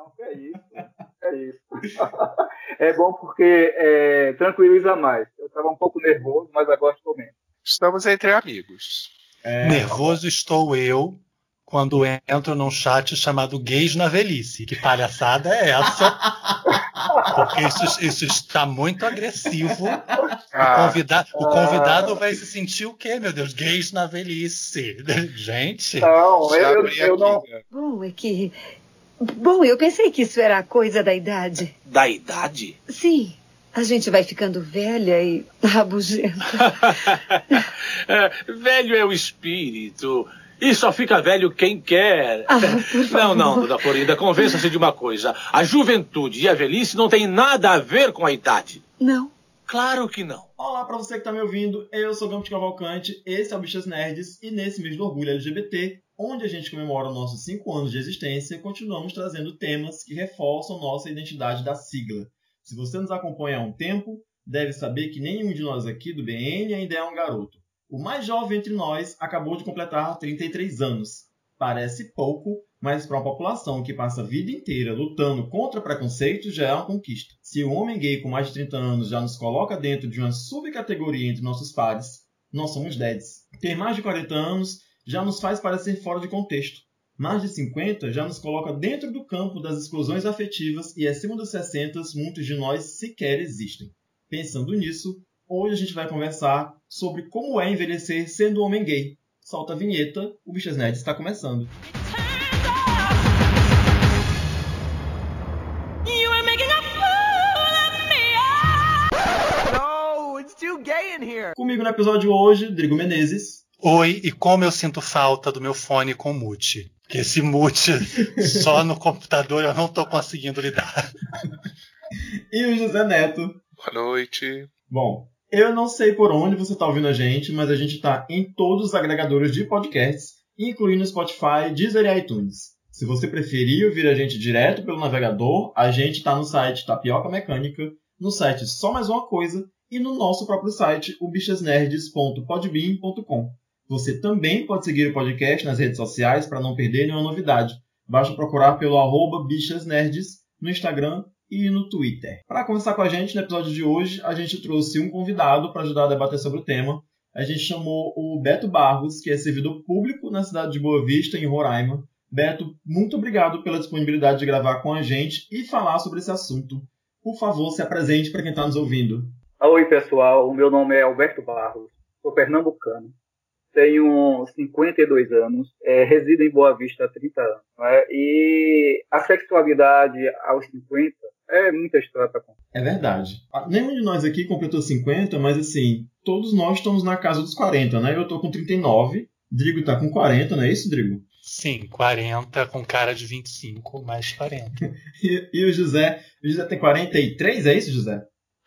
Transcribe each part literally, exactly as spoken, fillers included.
Não, é isso. É isso. É bom porque é, tranquiliza mais. Eu estava um pouco nervoso, mas agora estou menos. Estamos entre amigos. É, nervoso estou eu quando entro num chat chamado Gays na Velhice. Que palhaçada é essa? Porque isso, isso está muito agressivo. Ah, o, convida- o convidado ah, vai se sentir o quê, meu Deus? Gays na velhice. Gente. Não, eu, eu, eu não. Bom, é que. Bom, eu pensei que isso era coisa da idade. Da idade? Sim. A gente vai ficando velha e rabugenta. é, velho é o espírito. E só fica velho quem quer. Ah, não, não, dona Florinda, convença-se de uma coisa. A juventude e a velhice não tem nada a ver com a idade. Não. Claro que não. Olá para você que está me ouvindo. Eu sou Gambit Cavalcante, esse é o Bichas Nerds. E nesse mês do orgulho L G B T, onde a gente comemora os nossos cinco anos de existência, continuamos trazendo temas que reforçam nossa identidade da sigla. Se você nos acompanha há um tempo, deve saber que nenhum de nós aqui do B N ainda é um garoto. O mais jovem entre nós acabou de completar trinta e três anos. Parece pouco, mas para uma população que passa a vida inteira lutando contra preconceito já é uma conquista. Se o homem gay com mais de trinta anos já nos coloca dentro de uma subcategoria entre nossos pares, nós somos dads. Ter mais de quarenta anos já nos faz parecer fora de contexto. Mais de cinquenta já nos coloca dentro do campo das exclusões afetivas e acima dos sessenta muitos de nós sequer existem. Pensando nisso, hoje a gente vai conversar sobre como é envelhecer sendo um homem gay. Solta a vinheta, o Bichas Nerds está começando. Comigo no episódio de hoje, Drigo Menezes. Oi, e como eu sinto falta do meu fone com mute. Porque esse mute só no computador eu não estou conseguindo lidar. E o José Neto. Boa noite. Bom, eu não sei por onde você está ouvindo a gente, mas a gente está em todos os agregadores de podcasts, incluindo Spotify, Deezer e iTunes. Se você preferir ouvir a gente direto pelo navegador, a gente está no site Tapioca Mecânica, no site Só Mais Uma Coisa e no nosso próprio site, o bichas nerds ponto podbean ponto com. Você também pode seguir o podcast nas redes sociais para não perder nenhuma novidade. Basta procurar pelo arroba bichasnerds no Instagram e no Twitter. Para conversar com a gente no episódio de hoje, a gente trouxe um convidado para ajudar a debater sobre o tema. A gente chamou o Beto Barros, que é servidor público na cidade de Boa Vista, em Roraima. Beto, muito obrigado pela disponibilidade de gravar com a gente e falar sobre esse assunto. Por favor, se apresente para quem está nos ouvindo. Oi, pessoal. O meu nome é Alberto Barros. Sou pernambucano. Tenho cinquenta e dois anos, é, resido em Boa Vista há trinta anos. Né? E a sexualidade aos cinquenta é muita história para contar. É verdade. Nenhum de nós aqui completou cinquenta, mas assim, todos nós estamos na casa dos quarenta, né? Eu tô com trinta e nove, Drigo tá com quarenta, não é isso, Drigo? Sim, quarenta com cara de vinte e cinco, mais quarenta. e, e o José? O José tem quarenta e três, é isso, José?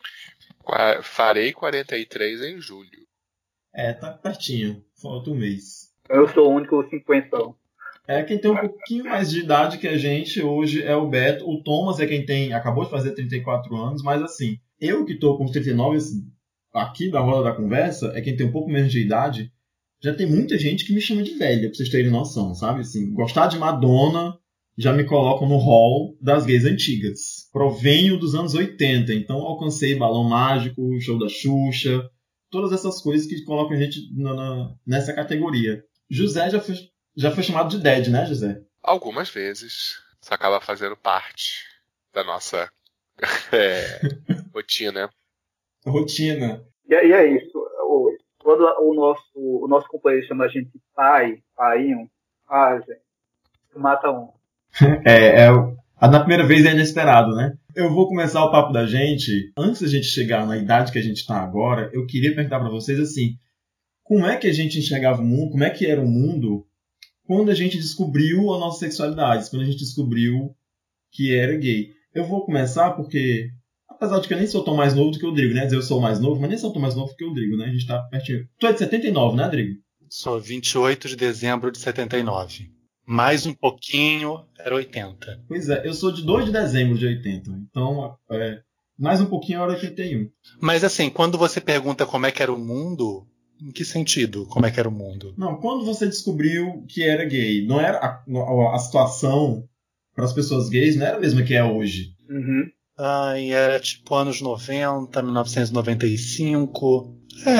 Qua- Farei quarenta e três em julho. É, tá pertinho. Falta um mês. Eu sou o único cinquentão. É, quem tem um pouquinho mais de idade que a gente hoje é o Beto. O Thomas é quem tem, acabou de fazer trinta e quatro anos, mas assim, eu que tô com trinta e nove, assim, aqui da roda da conversa, é quem tem um pouco menos de idade. Já tem muita gente que me chama de velha, pra vocês terem noção, sabe? Assim, gostar de Madonna já me colocam no hall das gays antigas. Provenho dos anos oitenta, então alcancei Balão Mágico, Show da Xuxa, todas essas coisas que colocam a gente na, na, nessa categoria. José já foi, já foi chamado de Dad, né, José? Algumas vezes. Isso acaba fazendo parte da nossa é, rotina. Rotina. E, e é isso. Quando o nosso, o nosso companheiro chama a gente de pai, paiinho, ah, gente, mata um. É, é, na primeira vez é inesperado, né? Eu vou começar o papo da gente. Antes da gente chegar na idade que a gente está agora, eu queria perguntar para vocês assim, como é que a gente enxergava o mundo, como é que era o mundo quando a gente descobriu a nossa sexualidade, quando a gente descobriu que era gay. Eu vou começar porque, apesar de que eu nem sou tão mais novo do que o Drigo, né? Dizer eu sou mais novo, mas nem sou tão mais novo que o Drigo, né? A gente tá pertinho. Tu é de setenta e nove, né, Drigo? Sou vinte e oito de dezembro de setenta e nove. Mais um pouquinho, era oitenta. Pois é, eu sou de dois de dezembro de oitenta. Então, é, mais um pouquinho era oitenta e um. Mas assim, quando você pergunta como é que era o mundo, em que sentido como é que era o mundo? Não, quando você descobriu que era gay, não era a, a situação para as pessoas gays não era a mesma que é hoje. Uhum. Ah, e era tipo anos noventa, mil novecentos e noventa e cinco.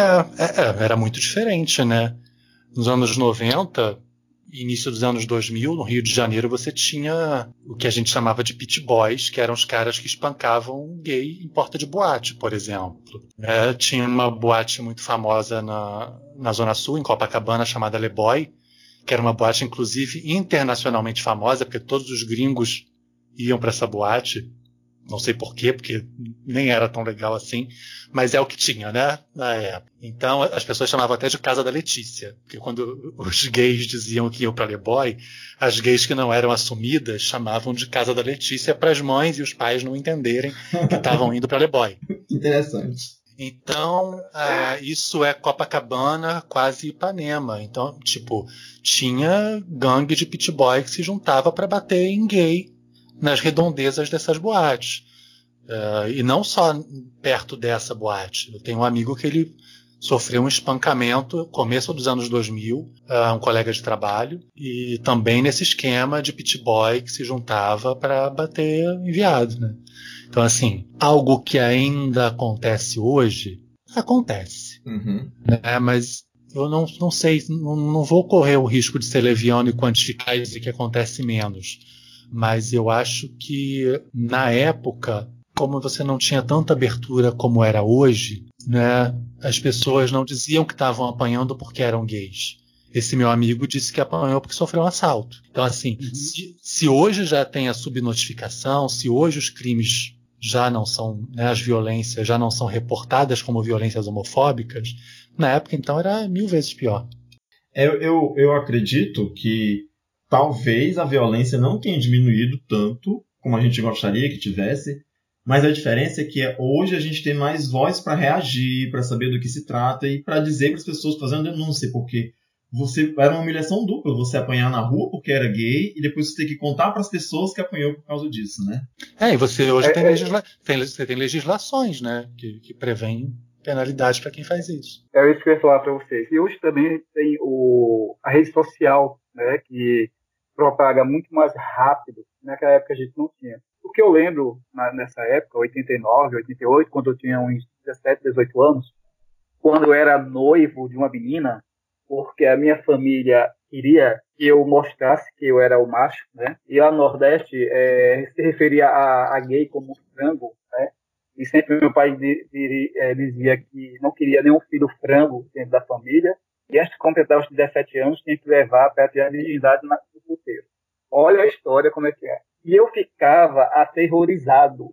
É, é, era muito diferente, né? Nos anos noventa, início dos anos dois mil, no Rio de Janeiro, você tinha o que a gente chamava de pit boys, que eram os caras que espancavam gay em porta de boate, por exemplo. É, tinha uma boate muito famosa na, na Zona Sul, em Copacabana, chamada Le Boy, que era uma boate, inclusive, internacionalmente famosa, porque todos os gringos iam para essa boate. Não sei porquê, porque nem era tão legal assim, mas é o que tinha, né? Na época. Então as pessoas chamavam até de Casa da Letícia, porque quando os gays diziam que iam para Le Boy, as gays que não eram assumidas chamavam de Casa da Letícia para as mães e os pais não entenderem que estavam indo para Le Boy. Interessante. Então, ah, isso é Copacabana, quase Ipanema. Então, tipo, tinha gangue de pit boy que se juntava para bater em gay nas redondezas dessas boates. Uh, e não só perto dessa boate. Eu tenho um amigo que ele sofreu um espancamento no começo dos anos dois mil, uh, um colega de trabalho, e também nesse esquema de pit boy que se juntava para bater em viado, né? Então, assim, algo que ainda acontece hoje, acontece. Uhum. Né? Mas eu não, não sei, não, não vou correr o risco de ser leviano e quantificar e dizer que acontece menos. Mas eu acho que, na época, como você não tinha tanta abertura como era hoje, né, as pessoas não diziam que estavam apanhando porque eram gays. Esse meu amigo disse que apanhou porque sofreu um assalto. Então, assim, uhum. se, se hoje já tem a subnotificação, se hoje os crimes já não são, né, as violências já não são reportadas como violências homofóbicas, na época, então, era mil vezes pior. Eu, eu, eu acredito que talvez a violência não tenha diminuído tanto como a gente gostaria que tivesse, mas a diferença é que hoje a gente tem mais voz para reagir, para saber do que se trata e para dizer para as pessoas fazendo denúncia, porque você era uma humilhação dupla, você apanhar na rua porque era gay e depois você ter que contar para as pessoas que apanhou por causa disso, né? É, e você hoje é, tem, é, legisla... tem, você tem legislações, né, que, que prevêem penalidade para quem faz isso. É isso que eu ia falar para vocês. E hoje também tem o, a rede social, né, que propaga muito mais rápido. Naquela época a gente não tinha. O que eu lembro na, nessa época, oitenta e nove, oitenta e oito, quando eu tinha uns dezessete, dezoito anos, quando eu era noivo de uma menina, porque a minha família queria que eu mostrasse que eu era o macho, né? E lá no Nordeste é, se referia a, a gay como frango, né? E sempre meu pai de, de, é, dizia que não queria nenhum filho frango dentro da família. E antes de completar os dezessete anos, tinha que levar para ter a virgindade no puteiro. Olha a história como é que é. E eu ficava aterrorizado,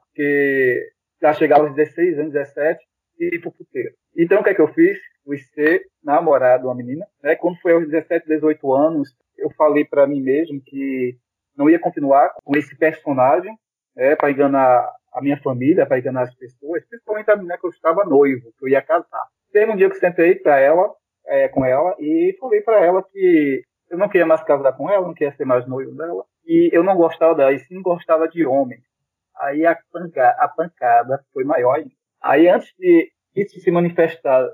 porque já chegava aos dezesseis anos, dezessete, e ir pro puteiro. Então, o que é que eu fiz? Fui ser namorado de uma menina. Né? Quando foi aos dezessete, dezoito anos, eu falei para mim mesmo que não ia continuar com esse personagem, né, para enganar a minha família, para enganar as pessoas, principalmente a menina que eu estava noivo, que eu ia casar. Teve um dia que eu sentei para ela, é, com ela, e falei para ela que eu não queria mais casar com ela, não queria ser mais noivo dela, e eu não gostava dela, e sim gostava de homem. Aí a, panca, a pancada foi maior ainda. Aí antes de isso se manifestar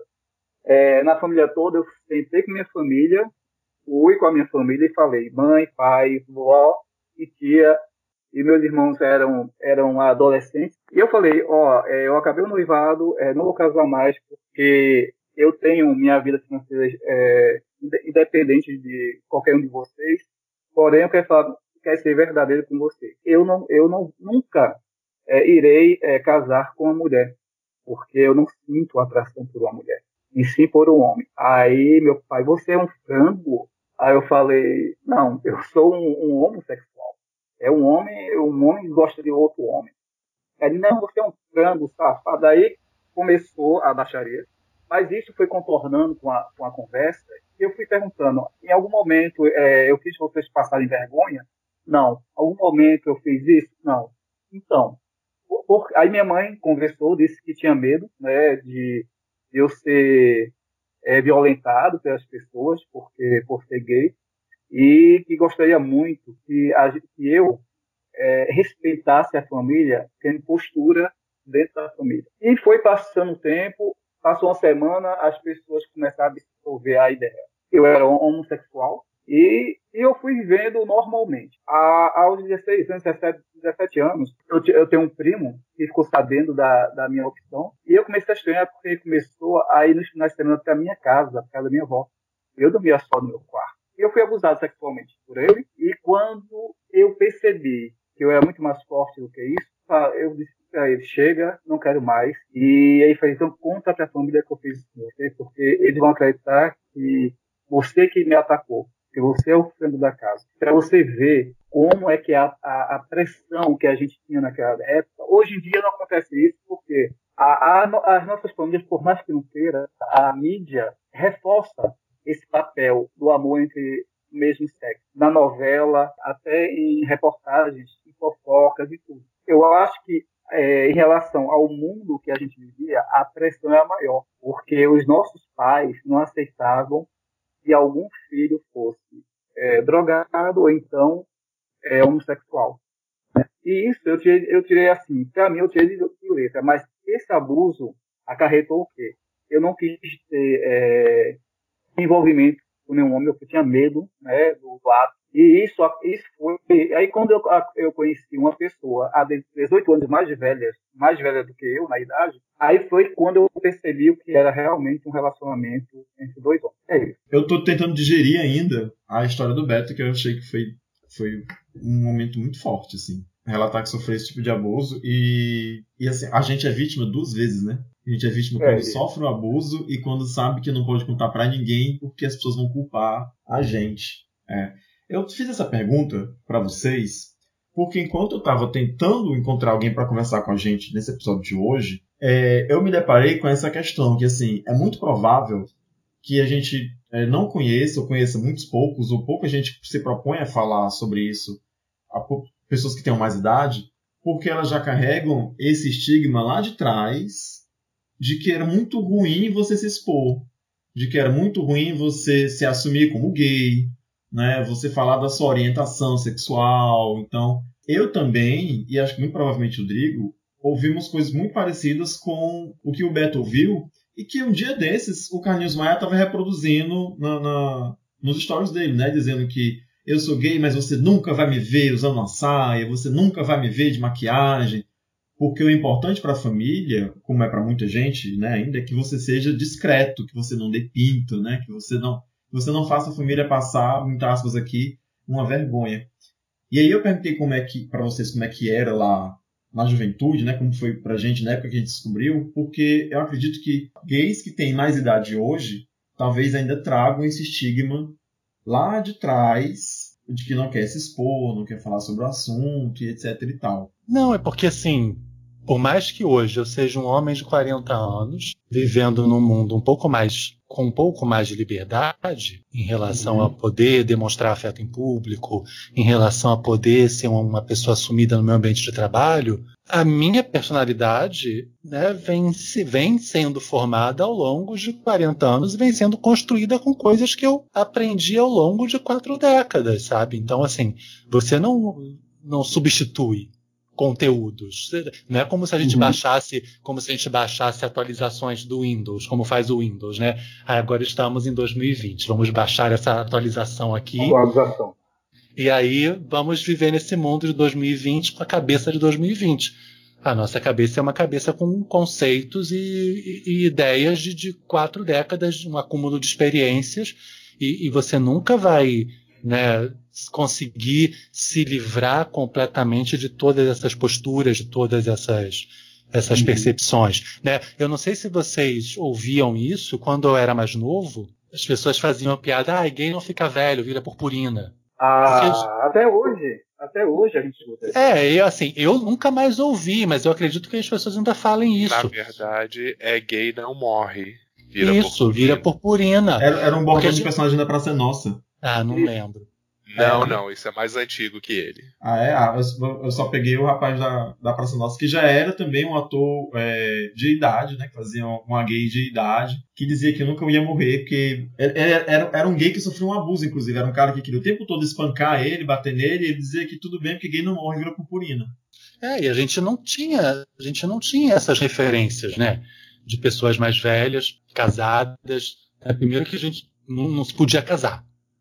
é, na família toda, eu sentei com minha família, fui com a minha família e falei, mãe, pai, vó e tia, e meus irmãos eram, eram adolescentes, e eu falei, ó, é, eu acabei o noivado, é, não vou casar mais, porque eu tenho minha vida financeira é, independente de qualquer um de vocês, porém eu quero, falar, quero ser verdadeiro com vocês. Eu, não, eu não, nunca é, irei é, casar com uma mulher, porque eu não sinto atração por uma mulher, e sim por um homem. Aí meu pai, você é um frango? Aí eu falei, não, eu sou um, um homossexual. É um homem, um homem gosta de outro homem. Ele, não, você é um frango, safado. Aí começou a baixaria. Mas isso foi contornando com a, com a conversa. E eu fui perguntando, em algum momento é, eu fiz vocês passarem vergonha? Não. Em algum momento eu fiz isso? Não. Então, por, por, aí minha mãe conversou, disse que tinha medo, né, de eu ser é, violentado pelas pessoas porque, por ser gay. E que gostaria muito que, a, que eu é, respeitasse a família, tendo postura dentro da família. E foi passando o tempo, passou uma semana, as pessoas começaram a absorver a ideia. Eu era homossexual E, e eu fui vivendo normalmente. A, aos dezesseis anos, dezessete anos, eu, eu tenho um primo que ficou sabendo da, da minha opção. E eu comecei a estranhar porque ele começou a ir nos finais de semana para a minha casa, para casa da minha avó. Eu dormia só no meu quarto. E eu fui abusado sexualmente por ele. E quando eu percebi que eu era muito mais forte do que isso, eu disse para ele, chega, não quero mais. E aí falei, então conta para a família que eu fiz isso com você, porque eles vão acreditar que você que me atacou, que você é o frango da casa. Para você ver como é que a, a, a pressão que a gente tinha naquela época, hoje em dia não acontece isso, porque a, a, as nossas famílias, por mais que não queira, a mídia reforça esse papel do amor entre o mesmo sexo. Na novela, até em reportagens, em fofocas e tudo. Eu acho que, é, em relação ao mundo que a gente vivia, a pressão é a maior, porque os nossos pais não aceitavam que algum filho fosse é, drogado ou então é, homossexual. Né? E isso eu tirei, eu tirei assim, para mim eu tirei de letra, mas esse abuso acarretou o quê? Eu não quis ter é, envolvimento com nenhum homem, eu tinha medo, né, do ato. E isso, isso foi... Aí quando eu, eu conheci uma pessoa há dezoito anos mais velha, mais velha do que eu na idade, aí foi quando eu percebi o que era realmente um relacionamento entre dois homens. É isso. Eu tô tentando digerir ainda a história do Beto, que eu achei que foi, foi um momento muito forte, assim. Relatar que sofreu esse tipo de abuso e, e assim, a gente é vítima duas vezes, né? A gente é vítima quando é, sofre o abuso e quando sabe que não pode contar pra ninguém porque as pessoas vão culpar a gente. É. Eu fiz essa pergunta para vocês porque enquanto eu estava tentando encontrar alguém para conversar com a gente nesse episódio de hoje, é, eu me deparei com essa questão que, assim, é muito provável que a gente é, não conheça ou conheça muitos poucos, ou pouca gente se propõe a falar sobre isso, a pessoas que tenham mais idade, porque elas já carregam esse estigma lá de trás de que era muito ruim você se expor, de que era muito ruim você se assumir como gay, né, você falar da sua orientação sexual. Então, eu também, e acho que muito provavelmente o Drigo, ouvimos coisas muito parecidas com o que o Beto ouviu, e que um dia desses o Carlinhos Maia estava reproduzindo na, na, nos stories dele, né, dizendo que eu sou gay, mas você nunca vai me ver usando uma saia, você nunca vai me ver de maquiagem, porque o importante para a família, como é para muita gente, né, ainda, é que você seja discreto, que você não dê pinto, né, que você não... você não faça a família passar, muitas aspas aqui, uma vergonha. E aí eu perguntei como é que, para vocês como é que era lá na juventude, né, como foi pra gente na época que a gente descobriu, porque eu acredito que gays que têm mais idade hoje, talvez ainda tragam esse estigma lá de trás, de que não quer se expor, não quer falar sobre o assunto, e etc e tal. Não, é porque assim, por mais que hoje eu seja um homem de quarenta anos, vivendo num mundo um pouco mais, com um pouco mais de liberdade, em relação uhum. a poder demonstrar afeto em público, em relação a poder ser uma pessoa assumida no meu ambiente de trabalho, a minha personalidade, né, vem, se, vem sendo formada ao longo de quarenta anos e vem sendo construída com coisas que eu aprendi ao longo de quatro décadas, sabe? Então, assim, você não, não substitui conteúdos. Não é como se a gente uhum. baixasse, como se a gente baixasse atualizações do Windows, como faz o Windows, né? Ah, agora estamos em dois mil e vinte, vamos baixar essa atualização aqui. Atualização. E aí vamos viver nesse mundo de dois mil e vinte com a cabeça de dois mil e vinte. A nossa cabeça é uma cabeça com conceitos e, e, e ideias de, de quatro décadas, um acúmulo de experiências, e, e você nunca vai, né, conseguir se livrar completamente de todas essas posturas, de todas essas, essas uhum. percepções. Né? Eu não sei se vocês ouviam isso, quando eu era mais novo, as pessoas faziam a piada, ah, gay não fica velho, vira purpurina. Ah, Porque... até hoje, até hoje a gente escuta isso. É, eu, assim, eu nunca mais ouvi, mas eu acredito que as pessoas ainda falem isso. Na verdade, é gay não morre. Vira isso, purpurina. vira purpurina. Era, era um bordão de personagem da Praça Nossa. Ah, não lembro. Não, é. não, isso é mais antigo que ele. Ah, é? Ah, eu, eu só peguei o rapaz da, da Praça Nossa, que já era também um ator é, de idade, né? Que fazia uma gay de idade, que dizia que nunca ia morrer, porque era, era, era um gay que sofreu um abuso, inclusive. Era um cara que queria o tempo todo espancar ele, bater nele, e ele dizia que tudo bem, porque gay não morre, vira purpurina. É, e a gente não tinha, a gente não tinha essas referências, né? De pessoas mais velhas, casadas. É, primeiro que a gente não, não se podia casar.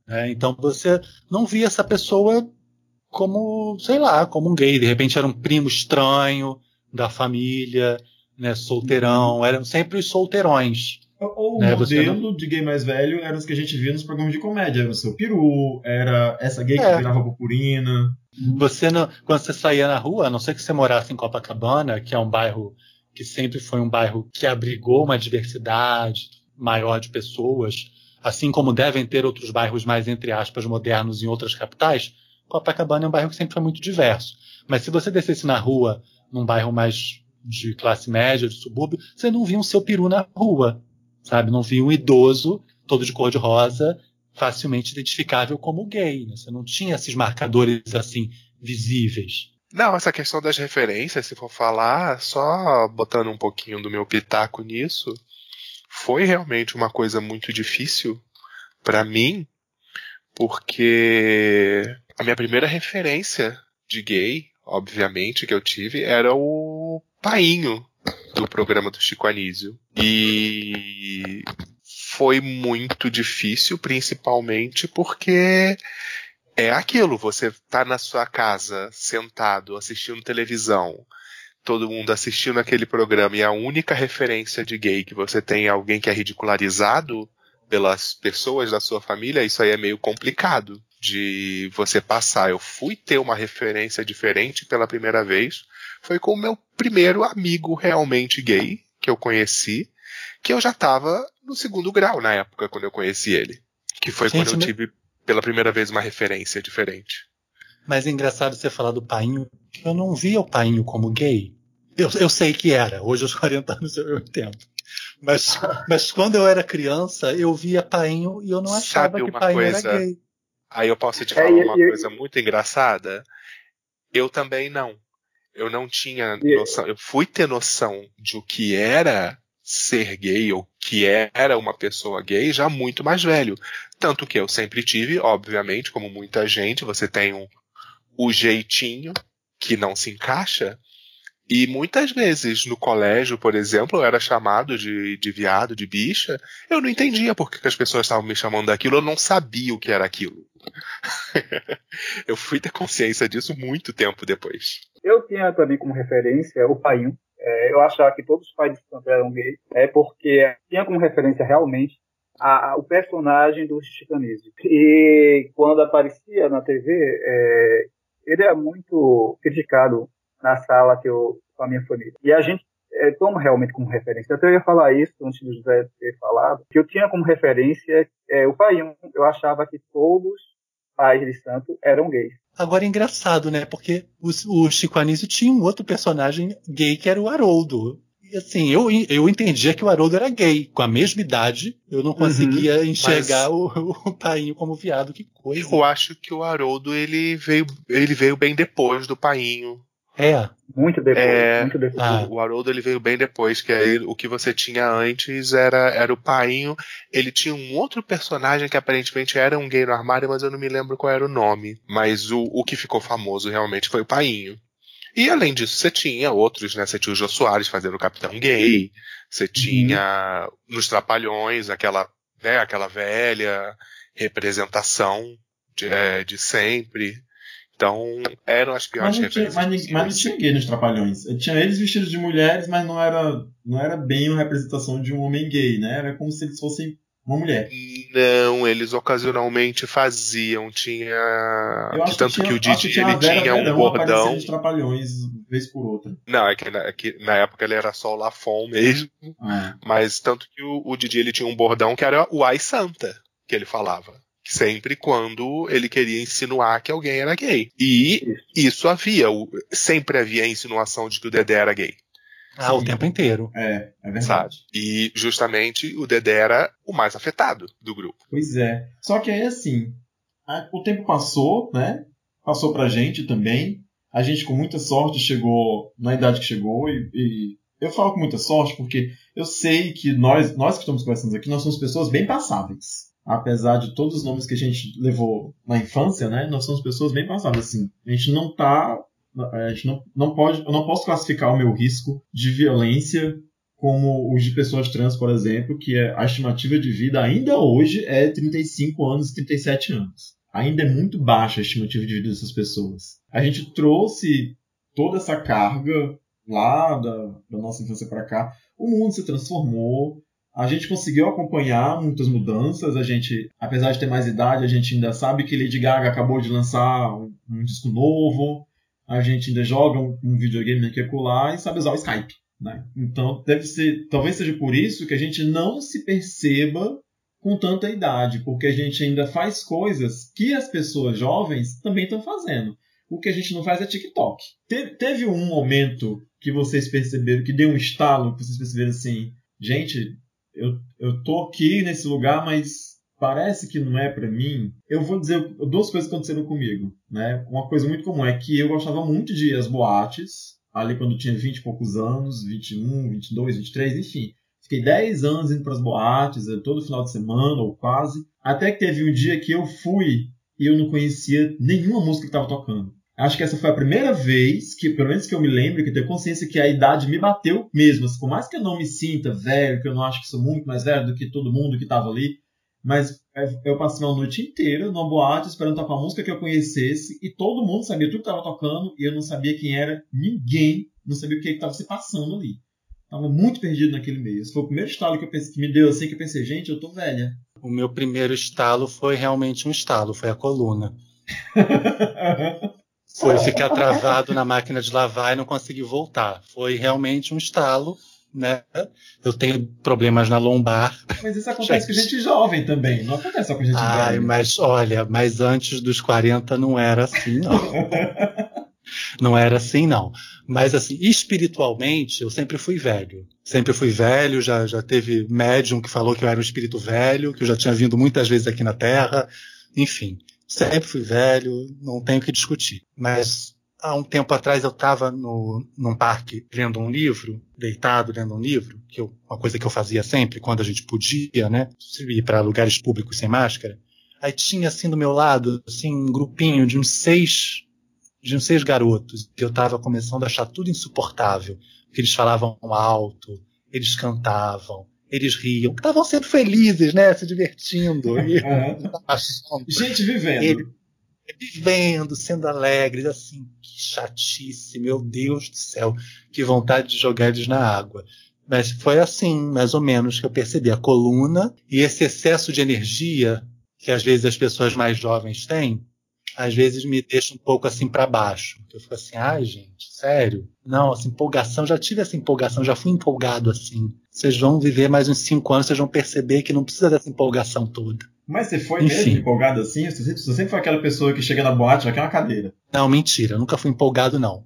Né? Então você não via essa pessoa como, sei lá, como um gay. De repente era um primo estranho da família, né, solteirão. Eram sempre os solteirões. Ou o né? modelo não... de gay mais velho eram os que a gente via nos programas de comédia. Era o seu peru, era essa gay que é. virava purpurina. Você não, quando você saía na rua, a não ser que você morasse em Copacabana, que é um bairro que sempre foi um bairro que abrigou uma diversidade maior de pessoas, assim como devem ter outros bairros mais, entre aspas, modernos em outras capitais, Copacabana é um bairro que sempre foi muito diverso. Mas se você descesse na rua, num bairro mais de classe média, de subúrbio, você não via um seu peru na rua, sabe? Não via um idoso, todo de cor de rosa, facilmente identificável como gay. Né? Você não tinha esses marcadores assim visíveis. Não, essa questão das referências, se for falar, só botando um pouquinho do meu pitaco nisso, foi realmente uma coisa muito difícil para mim, porque a minha primeira referência de gay, obviamente, que eu tive, era o Painho do programa do Chico Anísio. E foi muito difícil, principalmente porque é aquilo, você tá na sua casa, sentado, assistindo televisão, todo mundo assistindo aquele programa, e a única referência de gay que você tem é alguém que é ridicularizado pelas pessoas da sua família, isso aí é meio complicado de você passar. Eu fui ter uma referência diferente pela primeira vez, foi com o meu primeiro amigo realmente gay, que eu conheci, que eu já estava no segundo grau na época, quando eu conheci ele. Que foi Gente, quando eu tive pela primeira vez uma referência diferente. Mas é engraçado você falar do Painho, que eu não via o Painho como gay. Eu, eu sei que era, hoje aos quarenta anos eu entendo. Mas, mas quando eu era criança, eu via Painho e eu não achava que Painho coisa, era gay. Aí eu posso te falar é, uma eu, coisa muito engraçada? Eu também não. Eu não tinha noção. Eu fui ter noção de o que era ser gay, ou que era uma pessoa gay, já muito mais velho. Tanto que eu sempre tive, obviamente, como muita gente, você tem um, o jeitinho que não se encaixa. E muitas vezes no colégio, por exemplo, eu era chamado de, de viado, de bicha. Eu não entendia por que as pessoas estavam me chamando daquilo, eu não sabia o que era aquilo. Eu fui ter consciência disso muito tempo depois. Eu tinha também como referência o Painho. É, eu achava que todos os pais de santo eram gays, é porque tinha como referência realmente a, a, o personagem do Chico Anísio. E quando aparecia na T V, é, ele era muito criticado na sala que eu, com a minha família. E a gente é, toma realmente como referência. Até eu ia falar isso antes do José ter falado, que eu tinha como referência é, o Painho. Eu achava que todos os pais de santo eram gays. Agora é engraçado, né? Porque o, o Chico Anísio tinha um outro personagem gay que era o Haroldo. E assim, eu, eu entendia que o Haroldo era gay. Com a mesma idade, eu não conseguia uhum, enxergar mas... o, o Painho como viado. Que coisa. Eu acho que o Haroldo, ele veio, ele veio bem depois do Painho. É. Muito depois. É, muito depois. Ah. O Haroldo, ele veio bem depois, que aí o que você tinha antes era, era o Painho. Ele tinha um outro personagem que aparentemente era um gay no armário, mas eu não me lembro qual era o nome. Mas o, o que ficou famoso realmente foi o Painho. E além disso, você tinha outros, né? Você tinha o Jô Soares fazendo o Capitão Gay. Você tinha uhum. nos Trapalhões aquela, né, aquela velha representação de, é, de sempre. Então, eram as piores mas tinha, mas, mas não tinha gay nos Trapalhões. Tinha eles vestidos de mulheres, mas não era, não era bem uma representação de um homem gay, né? Era como se eles fossem uma mulher. Não, eles ocasionalmente faziam. Tinha. Eu acho Tanto que, tinha, que o Didi tinha ele tinha um bordão. Nos Trapalhões, vez por outra. Não, é que na, é que na época ele era só o Lafon mesmo. Ah. Mas tanto que o, o Didi ele tinha um bordão que era o Ai Santa, que ele falava. Sempre quando ele queria insinuar que alguém era gay. E isso havia. Sempre havia a insinuação de que o Dedé era gay. Ah, Sim. o tempo inteiro. É, é verdade. Sabe? E justamente o Dedé era o mais afetado do grupo. Pois é. Só que aí assim, a, o tempo passou, né? Passou pra gente também. A gente com muita sorte chegou na idade que chegou. E, e eu falo com muita sorte porque eu sei que nós, nós que estamos conversando aqui, nós somos pessoas bem passáveis. Apesar de todos os nomes que a gente levou na infância, né? Nós somos pessoas bem passadas, assim. A gente não tá... A gente não, não pode... Eu não posso classificar o meu risco de violência como os de pessoas trans, por exemplo, que a estimativa de vida ainda hoje é trinta e cinco anos e trinta e sete anos. Ainda é muito baixa a estimativa de vida dessas pessoas. A gente trouxe toda essa carga lá da, da nossa infância para cá. O mundo se transformou, a gente conseguiu acompanhar muitas mudanças. A gente, apesar de ter mais idade, a gente ainda sabe que Lady Gaga acabou de lançar um, um disco novo, a gente ainda joga um, um videogame aqui e acolá e sabe usar o Skype, né? Então, deve ser, talvez seja por isso que a gente não se perceba com tanta idade, porque a gente ainda faz coisas que as pessoas jovens também estão fazendo. O que a gente não faz é TikTok. Te, teve um momento que vocês perceberam, que deu um estalo, que vocês perceberam assim, gente, eu, eu tô aqui nesse lugar, mas parece que não é pra mim. Eu vou dizer duas coisas que aconteceram comigo, né? Uma coisa muito comum é que eu gostava muito de ir às boates, ali quando eu tinha vinte e poucos anos, vinte e um, vinte e dois, vinte e três, enfim. Fiquei dez anos indo pras boates, todo final de semana, ou quase. Até que teve um dia que eu fui e eu não conhecia nenhuma música que estava tocando. Acho que essa foi a primeira vez, que pelo menos que eu me lembro, que eu tenho consciência que a idade me bateu mesmo. Assim, por mais que eu não me sinta velho, que eu não acho que sou muito mais velho do que todo mundo que estava ali, mas eu passei uma noite inteira numa boate esperando tocar uma música que eu conhecesse e todo mundo sabia tudo que estava tocando e eu não sabia quem era ninguém, não sabia o que estava se passando ali. Estava muito perdido naquele meio. Esse foi o primeiro estalo que, eu pensei, que me deu assim, que eu pensei, gente, eu tô velha. O meu primeiro estalo foi realmente um estalo, foi a coluna. Foi ficar travado na máquina de lavar e não conseguir voltar. Foi realmente um estalo, né? Eu tenho problemas na lombar. Mas isso acontece gente. com gente jovem também, não acontece só com gente Ai, velha. mas olha, mas antes dos quarenta não era assim, não. Não era assim, não. Mas, assim, espiritualmente, eu sempre fui velho. Sempre fui velho, já, já teve médium que falou que eu era um espírito velho, que eu já tinha vindo muitas vezes aqui na Terra. Enfim, sempre fui velho, não tenho o que discutir. Mas, há um tempo atrás, eu estava num parque lendo um livro, deitado lendo um livro, que eu, uma coisa que eu fazia sempre, quando a gente podia, né? Ir para lugares públicos sem máscara. Aí tinha, assim, do meu lado, assim, um grupinho de uns seis... de uns seis garotos, que eu estava começando a achar tudo insuportável, porque eles falavam alto, eles cantavam, eles riam, estavam sendo felizes, né, se divertindo. E, uhum. Gente vivendo. Ele, vivendo, sendo alegres, assim, que chatice, meu Deus do céu, que vontade de jogar eles na água. Mas foi assim, mais ou menos, que eu percebi a coluna e esse excesso de energia que às vezes as pessoas mais jovens têm, às vezes me deixa um pouco assim para baixo. Eu fico assim, ai, gente, sério? Não, essa empolgação, já tive essa empolgação, já fui empolgado assim. Vocês vão viver mais uns cinco anos, vocês vão perceber que não precisa dessa empolgação toda. Mas você foi Enfim. mesmo empolgado assim? Você sempre, você sempre foi aquela pessoa que chega na boate, já quer uma cadeira. Não, mentira, eu nunca fui empolgado, não.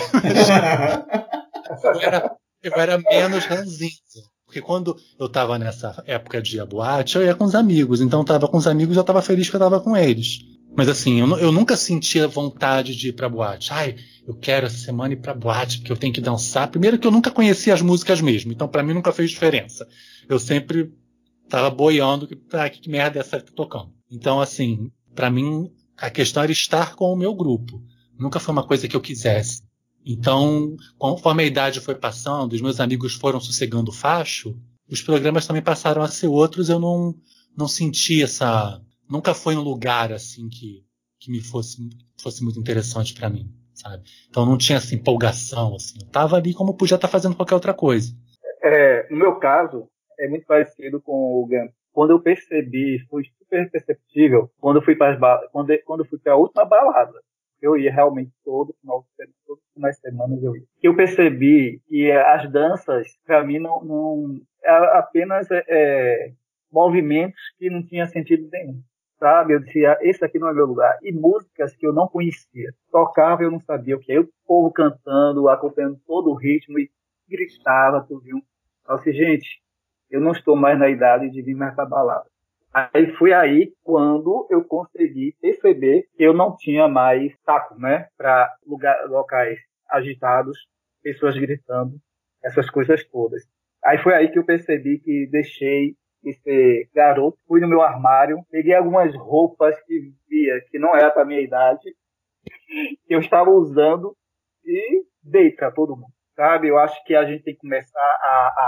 eu, era, eu era menos ranzinza. Porque quando eu estava nessa época de ir à boate, eu ia com os amigos. Então eu estava com os amigos e eu estava feliz que eu estava com eles. Mas assim, eu, eu nunca sentia vontade de ir pra boate. Ai, eu quero essa semana ir pra boate, porque eu tenho que dançar. Primeiro que eu nunca conhecia as músicas mesmo, então pra mim nunca fez diferença. Eu sempre tava boiando, ah, que merda é essa que tá tocando? Então assim, pra mim, a questão era estar com o meu grupo. Nunca foi uma coisa que eu quisesse. Então, conforme a idade foi passando, os meus amigos foram sossegando o facho, os programas também passaram a ser outros, eu não, não senti essa... Nunca foi um lugar assim que, que me fosse, fosse muito interessante para mim, sabe? Então não tinha essa empolgação, assim. Eu tava ali como podia estar fazendo qualquer outra coisa. É, no meu caso, é muito parecido com o Gam. Quando eu percebi, foi super perceptível, quando eu fui para ba- quando, quando eu fui para a última balada. Eu ia realmente todo final de semana, todos os finais de semana eu ia. Eu percebi que as danças, para mim, não, não é apenas é, movimentos que não tinham sentido nenhum. Sabe? Eu dizia, esse aqui não é meu lugar. E músicas que eu não conhecia. Tocava e eu não sabia o que é. O povo cantando, acompanhando todo o ritmo e gritava, tudo. Eu disse, gente, eu não estou mais na idade de vir mais pra balada. Aí foi aí quando eu consegui perceber que eu não tinha mais saco, né? Para locais agitados, pessoas gritando, essas coisas todas. Aí foi aí que eu percebi que deixei esse garoto, fui no meu armário, peguei algumas roupas que via que não era para minha idade, que eu estava usando e dei para todo mundo, sabe? Eu acho que a gente tem que começar a, a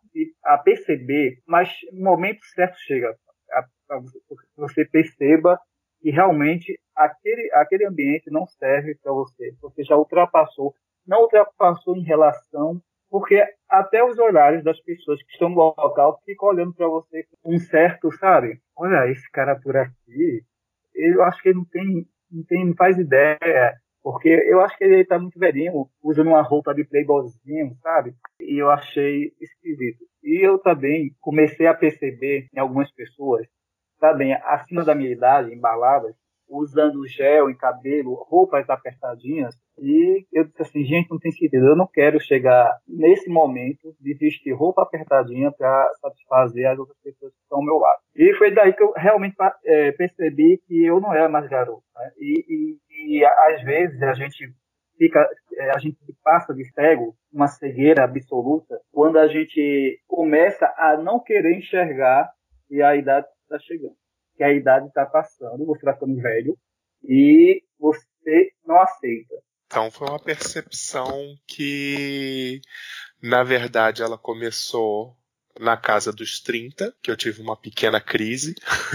a perceber, mas no momento certo chega, para você perceba que realmente aquele, aquele ambiente não serve para você. Você já ultrapassou, não ultrapassou em relação, porque até os olhares das pessoas que estão no local ficam olhando para você com um certo, sabe? Olha, esse cara por aqui, eu acho que ele não tem, não tem, não faz ideia, porque eu acho que ele está muito velhinho, usando uma roupa de playboyzinho, sabe? E eu achei esquisito. E eu também comecei a perceber em algumas pessoas, também acima da minha idade, embaladas, usando gel em cabelo, roupas apertadinhas, e eu disse assim, gente, não tem sentido, eu não quero chegar nesse momento de vestir roupa apertadinha para satisfazer as outras pessoas que estão ao meu lado. E foi daí que eu realmente é, percebi que eu não era mais garoto, né? E, e, e às vezes a gente fica, a gente passa de cego, uma cegueira absoluta, quando a gente começa a não querer enxergar e a idade está chegando. Que a idade está passando, você está ficando velho e você não aceita. Então foi uma percepção que, na verdade, ela começou na casa dos trinta, que eu tive uma pequena crise,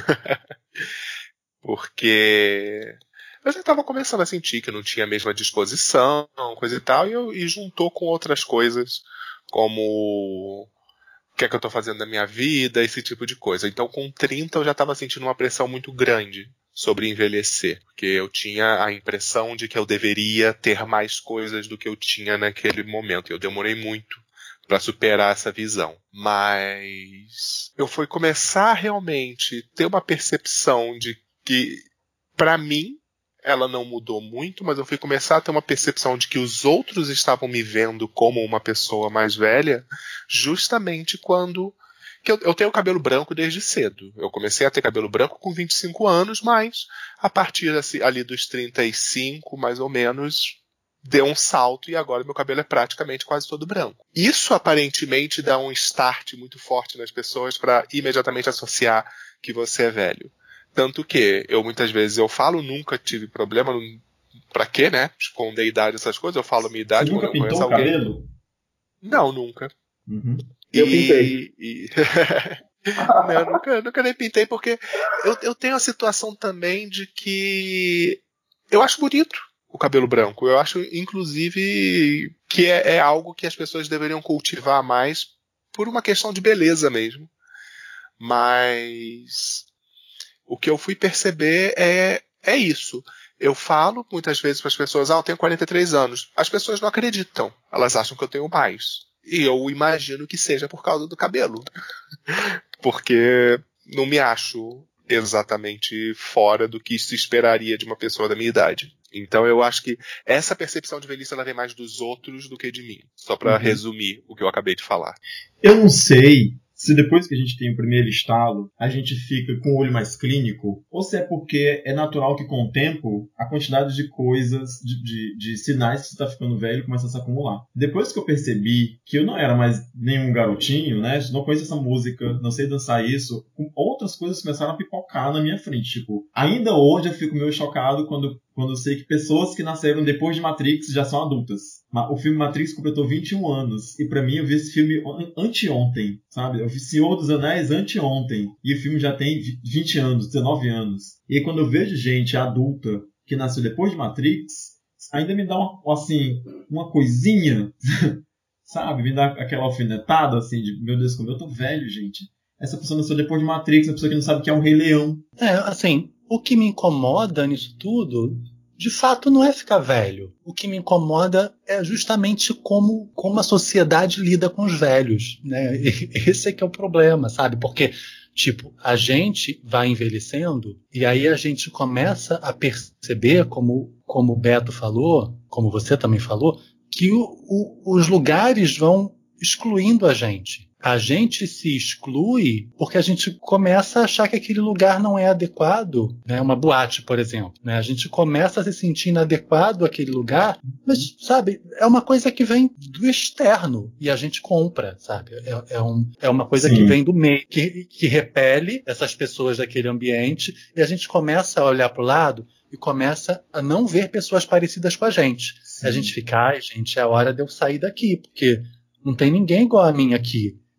porque eu já estava começando a sentir que eu não tinha a mesma disposição, coisa e tal, e, eu, e juntou com outras coisas, como o que é que eu estou fazendo na minha vida, esse tipo de coisa. Então, com trinta, eu já estava sentindo uma pressão muito grande sobre envelhecer, porque eu tinha a impressão de que eu deveria ter mais coisas do que eu tinha naquele momento. Eu demorei muito para superar essa visão. Mas eu fui começar a realmente ter uma percepção de que, para mim, ela não mudou muito, mas eu fui começar a ter uma percepção de que os outros estavam me vendo como uma pessoa mais velha, justamente quando... que eu, eu tenho cabelo branco desde cedo. Eu comecei a ter cabelo branco com vinte e cinco anos, mas a partir assim, ali dos trinta e cinco, mais ou menos, deu um salto e agora meu cabelo é praticamente quase todo branco. Isso aparentemente dá um start muito forte nas pessoas para imediatamente associar que você é velho. Tanto que eu muitas vezes eu falo, nunca tive problema, pra quê, né? Esconder idade, essas coisas, eu falo minha idade. Você nunca quando eu pintou o alguém. cabelo? Não, nunca. Uhum. E... Eu pintei. E... Não, nunca, nunca nem pintei, porque eu, eu tenho a situação também de que eu acho bonito o cabelo branco. Eu acho, inclusive, que é, é algo que as pessoas deveriam cultivar mais por uma questão de beleza mesmo. Mas o que eu fui perceber é, é isso. Eu falo muitas vezes para as pessoas, ah, eu tenho quarenta e três anos. As pessoas não acreditam. Elas acham que eu tenho mais. E eu imagino que seja por causa do cabelo. Porque não me acho exatamente fora do que se esperaria de uma pessoa da minha idade. Então eu acho que essa percepção de velhice ela vem mais dos outros do que de mim. Só para uhum. resumir o que eu acabei de falar. Eu não sei se depois que a gente tem o primeiro estalo, a gente fica com o olho mais clínico, ou se é porque é natural que com o tempo, a quantidade de coisas, de, de, de sinais que você está ficando velho começa a se acumular. Depois que eu percebi que eu não era mais nenhum garotinho, né, não conheço essa música, não sei dançar isso, outras coisas começaram a pipocar na minha frente. Tipo, ainda hoje eu fico meio chocado quando quando eu sei que pessoas que nasceram depois de Matrix já são adultas. O filme Matrix completou vinte e um anos. E pra mim, eu vi esse filme anteontem, sabe? Eu vi Senhor dos Anéis anteontem. E o filme já tem vinte anos, dezenove anos. E aí, quando eu vejo gente adulta que nasceu depois de Matrix, ainda me dá uma, assim, uma coisinha, sabe? Me dá aquela alfinetada, assim, de, meu Deus, como eu tô velho, gente. Essa pessoa nasceu depois de Matrix, uma pessoa que não sabe o que é um Rei Leão. É, assim... O que me incomoda nisso tudo, de fato, não é ficar velho. O que me incomoda é justamente como, como a sociedade lida com os velhos, né? Esse é que é o problema, sabe? Porque, tipo, a gente vai envelhecendo e aí a gente começa a perceber, como, como o Beto falou, como você também falou, que o, o, os lugares vão excluindo a gente. A gente se exclui porque a gente começa a achar que aquele lugar não é adequado, né? Uma boate, por exemplo, né? A gente começa a se sentir inadequado àquele lugar, mas, sabe, é uma coisa que vem do externo e a gente compra, sabe? É, é, um, é uma coisa Sim. que vem do meio, que, que repele essas pessoas daquele ambiente e a gente começa a olhar para o lado e começa a não ver pessoas parecidas com a gente. Sim. A gente fica, ai, gente, é a hora de eu sair daqui, porque não tem ninguém igual a mim aqui.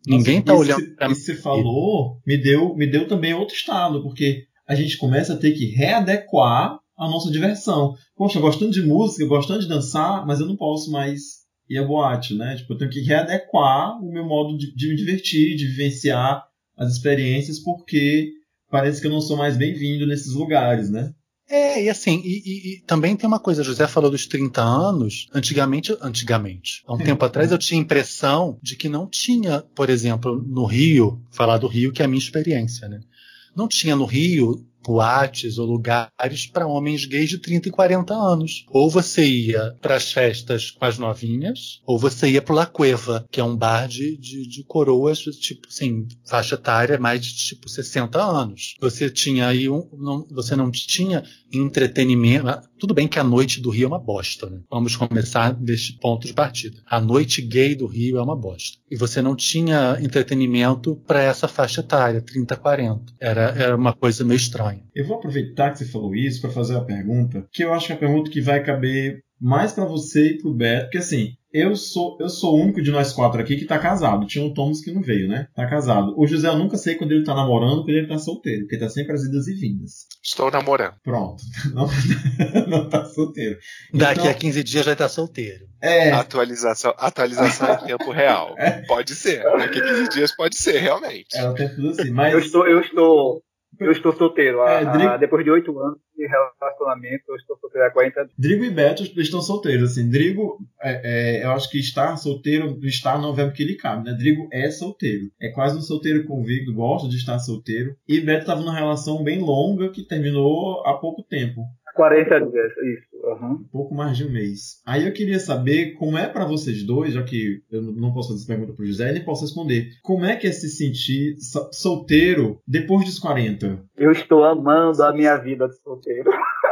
Ninguém tá isso, olhando pra isso que você falou me deu, me deu também outro estado, porque a gente começa a ter que readequar a nossa diversão. Poxa, gostando de música, gostando de dançar, mas eu não posso mais ir à boate, né? Tipo, eu tenho que readequar o meu modo de, de me divertir, de vivenciar as experiências, porque parece que eu não sou mais bem-vindo nesses lugares, né? É, e assim, e, e, e também tem uma coisa, José falou dos trinta anos, antigamente, antigamente, há um tempo atrás eu tinha a impressão de que não tinha, por exemplo, no Rio, falar do Rio que é a minha experiência, né? Não tinha no Rio boates ou lugares para homens gays de trinta e quarenta anos. Ou você ia para as festas com as novinhas, ou você ia para o La Cueva, que é um bar de, de, de coroas, tipo assim, faixa etária mais de tipo sessenta anos. Você tinha aí um, não, você não tinha entretenimento. Tudo bem que a noite do Rio é uma bosta, né? Vamos começar deste ponto de partida. A noite gay do Rio é uma bosta. E você não tinha entretenimento para essa faixa etária, trinta, quarenta. Era, era uma coisa meio estranha. Eu vou aproveitar que você falou isso para fazer uma pergunta, que eu acho que é a pergunta que vai caber mais para você e pro Beto, porque assim, eu sou, eu sou o único de nós quatro aqui que tá casado. Tinha um Thomas que não veio, né? Tá casado. O José eu nunca sei quando ele tá namorando, quando ele tá solteiro, porque tá sempre as idas e vindas. Estou namorando. Pronto. Não, não tá solteiro. Daqui Então, a quinze dias já tá solteiro. É. Atualização, atualização em tempo real. Pode ser. Daqui a quinze dias pode ser, realmente. É, o tempo tudo assim, mas... Eu estou, eu estou, eu estou solteiro. A, É, Drigo... a, depois de oito anos de relacionamento, eu estou solteiro há quarenta dias. Drigo e Beto estão solteiros. Assim. Drigo, é, é, eu acho que estar solteiro, estar não é porque ele cabe, né? Drigo é solteiro. É quase um solteiro convicto, gosta de estar solteiro. E Beto estava numa relação bem longa que terminou há pouco tempo. quarenta dias, isso. Uhum. Um pouco mais de um mês. Aí eu queria saber como é para vocês dois, já que eu não posso fazer essa pergunta pro José, nem posso responder. Como é que é se sentir solteiro depois dos quarenta? Eu estou amando a minha vida de solteiro.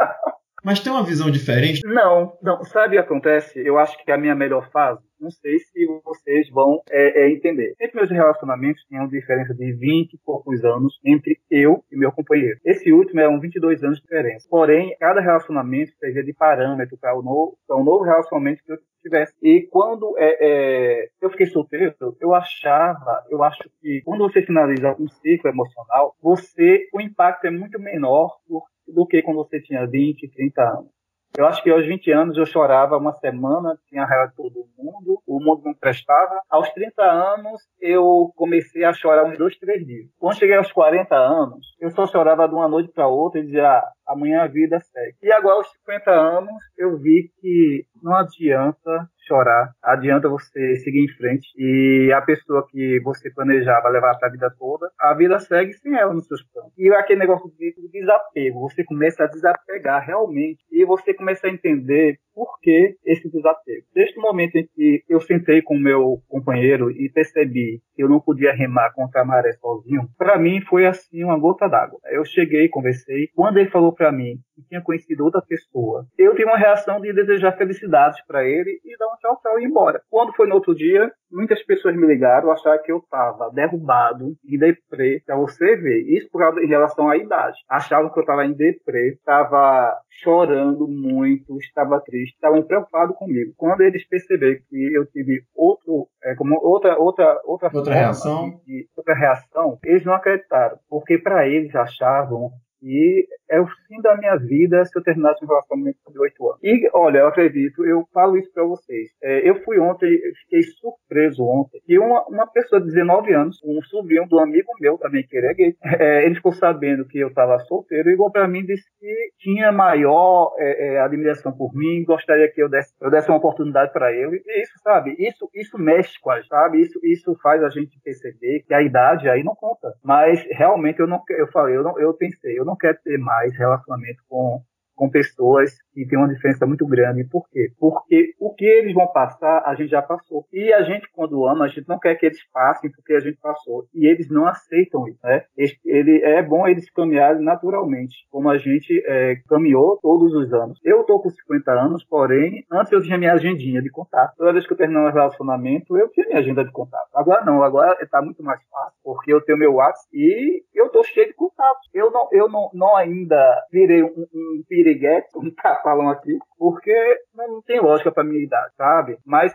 Mas tem uma visão diferente? Não, não. Sabe o que acontece? Eu acho que é a minha melhor fase. Não sei se vocês vão é, é, entender. Entre meus relacionamentos tinha uma diferença de vinte e poucos anos entre eu e meu companheiro. Esse último é um vinte e dois anos de diferença. Porém, cada relacionamento servia de parâmetro para um novo, para um novo relacionamento que eu tivesse. E quando é, é, eu fiquei solteiro, eu achava, eu acho que quando você finaliza um ciclo emocional, você, o impacto é muito menor do, do que quando você tinha vinte, trinta anos. Eu acho que aos vinte anos eu chorava uma semana, tinha raiva de todo mundo, o mundo não prestava. Aos trinta anos eu comecei a chorar uns dois, três dias. Quando cheguei aos quarenta anos, eu só chorava de uma noite para outra e dizia, ah, amanhã a vida segue. E agora aos cinquenta anos eu vi que não adianta chorar, adianta você seguir em frente. E a pessoa que você planejava levar para a vida toda, a vida segue sem ela nos seus planos. E aquele negócio de desapego, você começa a desapegar realmente e você começa a entender por que esse desapego. Desde o momento em que eu sentei com o meu companheiro e percebi que eu não podia remar contra a maré sozinho, para mim foi assim uma gota d'água. Eu cheguei, conversei, quando ele falou para mim que tinha conhecido outra pessoa, eu tive uma reação de desejar felicidades para ele e dar um tchau, tchau e ir embora. Quando foi no outro dia, muitas pessoas me ligaram, acharam que eu estava derrubado, em deprê, para você ver. Isso por causa, em relação à idade. Achavam que eu estava em deprê, estava chorando muito, estava triste, estavam preocupados comigo. Quando eles perceberam que eu tive outro, é, como outra, outra, outra, outra reação, de, de, outra reação, eles não acreditaram, porque para eles achavam que é o fim da minha vida se eu terminasse um relacionamento de oito anos. E, olha, eu acredito, eu falo isso para vocês. É, eu fui ontem, eu fiquei surpreso ontem, que uma, uma pessoa de dezenove anos, um sobrinho do amigo meu, também que ele é gay, é, ele ficou sabendo que eu estava solteiro e ligou para mim e disse que tinha maior é, é, admiração por mim, gostaria que eu desse, eu desse uma oportunidade para ele. E isso, sabe, isso, isso mexe com a gente, sabe? Isso, isso faz a gente perceber que a idade aí não conta. Mas, realmente, eu não eu falei, eu, não, eu pensei, eu não quero ter mais relacionamento com, com pessoas que tem uma diferença muito grande. Por quê? Porque o que eles vão passar, a gente já passou. E a gente, quando ama, a gente não quer que eles passem porque a gente passou. E eles não aceitam isso, né? Ele, é bom eles caminharem naturalmente, como a gente é, caminhou todos os anos. Eu estou com cinquenta anos, porém, antes eu tinha minha agendinha de contato. Toda vez que eu terminava um relacionamento, eu tinha minha agenda de contato. Agora não, agora está muito mais fácil, porque eu tenho meu WhatsApp e eu estou cheio de contatos. Eu não, eu não, não ainda virei um, um piriguete, como tá falando aqui, porque não, não tem lógica para minha idade, sabe? Mas é,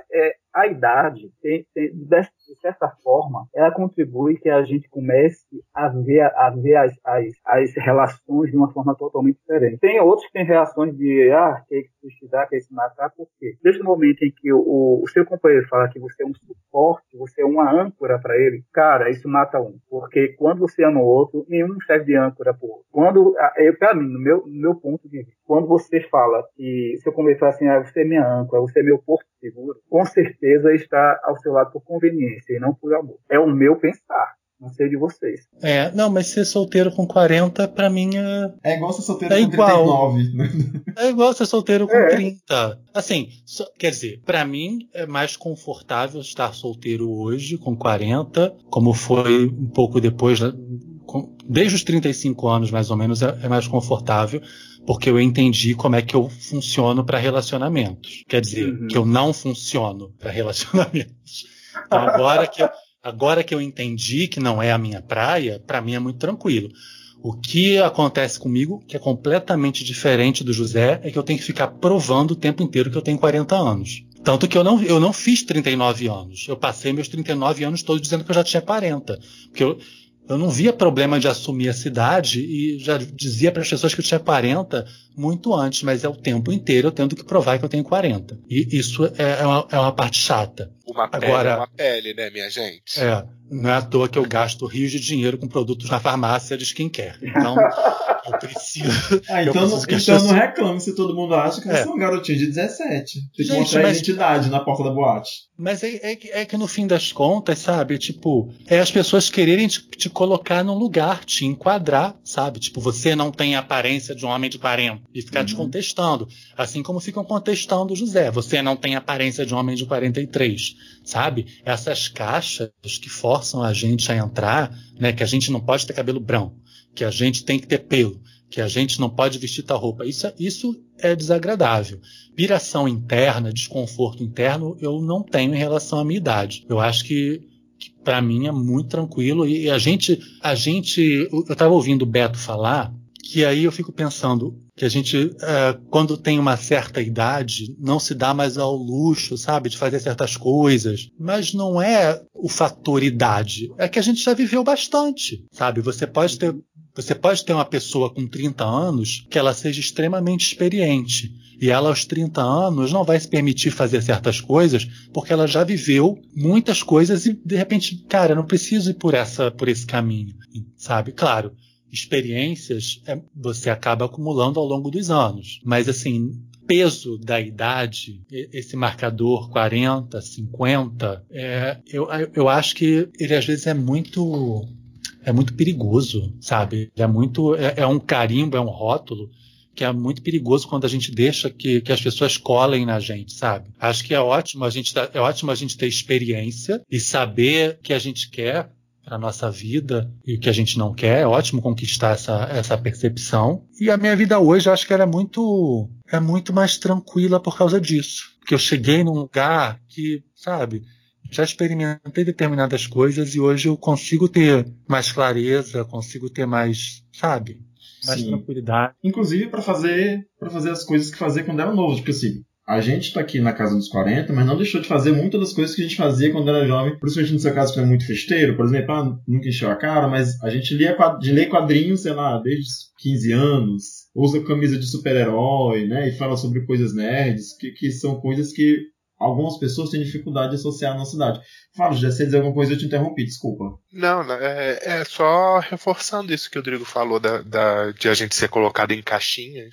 a idade, tem, tem, de certa forma, ela contribui que a gente comece a ver, a ver as, as, as relações de uma forma totalmente diferente. Tem outros que têm reações de, ah, quer se suicidar, quer se matar, por quê? Desde o momento em que o, o seu companheiro fala que você é um suporte, você é uma âncora para ele, cara, isso mata um. Porque quando você ama o outro, nenhum serve de âncora pro outro. Quando, eu, pra mim, no meu, no meu ponto de vista, quando você fala que, seu companheiro fala assim, ah, você é minha âncora, você é meu porto seguro, com certeza está ao seu lado por conveniência e não por amor. É o meu pensar. Não sei de vocês. É, não, mas ser solteiro com quarenta, pra mim é. É igual ser solteiro é com igual. trinta e nove. É igual ser solteiro com É. trinta. Assim, só, quer dizer, pra mim é mais confortável estar solteiro hoje, com quarenta, como foi um pouco depois, né, com, desde os trinta e cinco anos, mais ou menos, é, é mais confortável, porque eu entendi como é que eu funciono pra relacionamentos. Quer dizer, Uhum. que eu não funciono pra relacionamentos. Então, agora que eu. Agora que eu entendi que não é a minha praia, para mim é muito tranquilo. O que acontece comigo, que é completamente diferente do José, é que eu tenho que ficar provando o tempo inteiro que eu tenho quarenta anos. Tanto que eu não, eu não fiz trinta e nove anos. Eu passei meus trinta e nove anos todos dizendo que eu já tinha quarenta. Porque eu, eu não via problema de assumir a cidade e já dizia para as pessoas que eu tinha quarenta muito antes, mas é o tempo inteiro eu tendo que provar que eu tenho quarenta. E isso é, é, uma, é uma parte chata. Uma pele Agora, é uma pele, né, minha gente? É, não é à toa que eu gasto rios de dinheiro com produtos na farmácia de skincare. Então, eu preciso. Ah, eu então, preciso não, que as então pessoas- não reclame se todo mundo acha que você É. é um garotinho de dezessete. Tem que Gente, mostrar mas- a identidade na porta da boate. Mas é, é, que- é que no fim das contas, sabe, tipo, é as pessoas quererem te, te colocar num lugar, te enquadrar, sabe? Tipo, você não tem a aparência de um homem de quarenta e ficar Uhum. te contestando. Assim como ficam contestando o José. Você não tem a aparência de um homem de quarenta e três, sabe? Essas caixas que forçam a gente a entrar, né? Que a gente não pode ter cabelo branco, que a gente tem que ter pelo, que a gente não pode vestir tal roupa. Isso, é- isso é desagradável. Piração interna, desconforto interno, eu não tenho em relação à minha idade. Eu acho que, que para mim é muito tranquilo. E a gente, a gente, eu estava ouvindo o Beto falar, que aí eu fico pensando que a gente, é, quando tem uma certa idade, não se dá mais ao luxo, sabe, de fazer certas coisas. Mas não é o fator idade. É que a gente já viveu bastante, sabe? Você pode ter Você pode ter uma pessoa com trinta anos que ela seja extremamente experiente. E ela, aos trinta anos, não vai se permitir fazer certas coisas porque ela já viveu muitas coisas e, de repente, cara, eu não preciso ir por, essa, por esse caminho, sabe? Claro, experiências é, você acaba acumulando ao longo dos anos. Mas, assim, peso da idade, esse marcador quarenta, cinquenta, é, eu, eu acho que ele, às vezes, é muito... é muito perigoso, sabe? É muito, é, é um carimbo, é um rótulo que é muito perigoso quando a gente deixa que, que as pessoas colhem na gente, sabe? Acho que é ótimo a gente é ótimo a gente ter experiência e saber o que a gente quer para nossa vida e o que a gente não quer. É ótimo conquistar essa, essa percepção. E a minha vida hoje, eu acho que ela é muito, é muito mais tranquila por causa disso. Porque eu cheguei num lugar que, sabe, já experimentei determinadas coisas e hoje eu consigo ter mais clareza, consigo ter mais, sabe, mais Sim. tranquilidade. Inclusive para fazer, para fazer as coisas que fazia quando era novo. Porque assim, a gente tá aqui na casa dos quarenta, mas não deixou de fazer muitas das coisas que a gente fazia quando era jovem. Principalmente no seu caso, que é muito festeiro, por exemplo, ah, nunca encheu a cara, mas a gente lia, de ler quadrinhos, sei lá, desde os quinze anos, usa camisa de super-herói, né, e fala sobre coisas nerds, que, que são coisas que algumas pessoas têm dificuldade de associar na cidade. Fala, já sei dizer alguma coisa, eu te interrompi, desculpa. Não, não, é, é só reforçando isso que o Rodrigo falou da, da, de a gente ser colocado em caixinhas,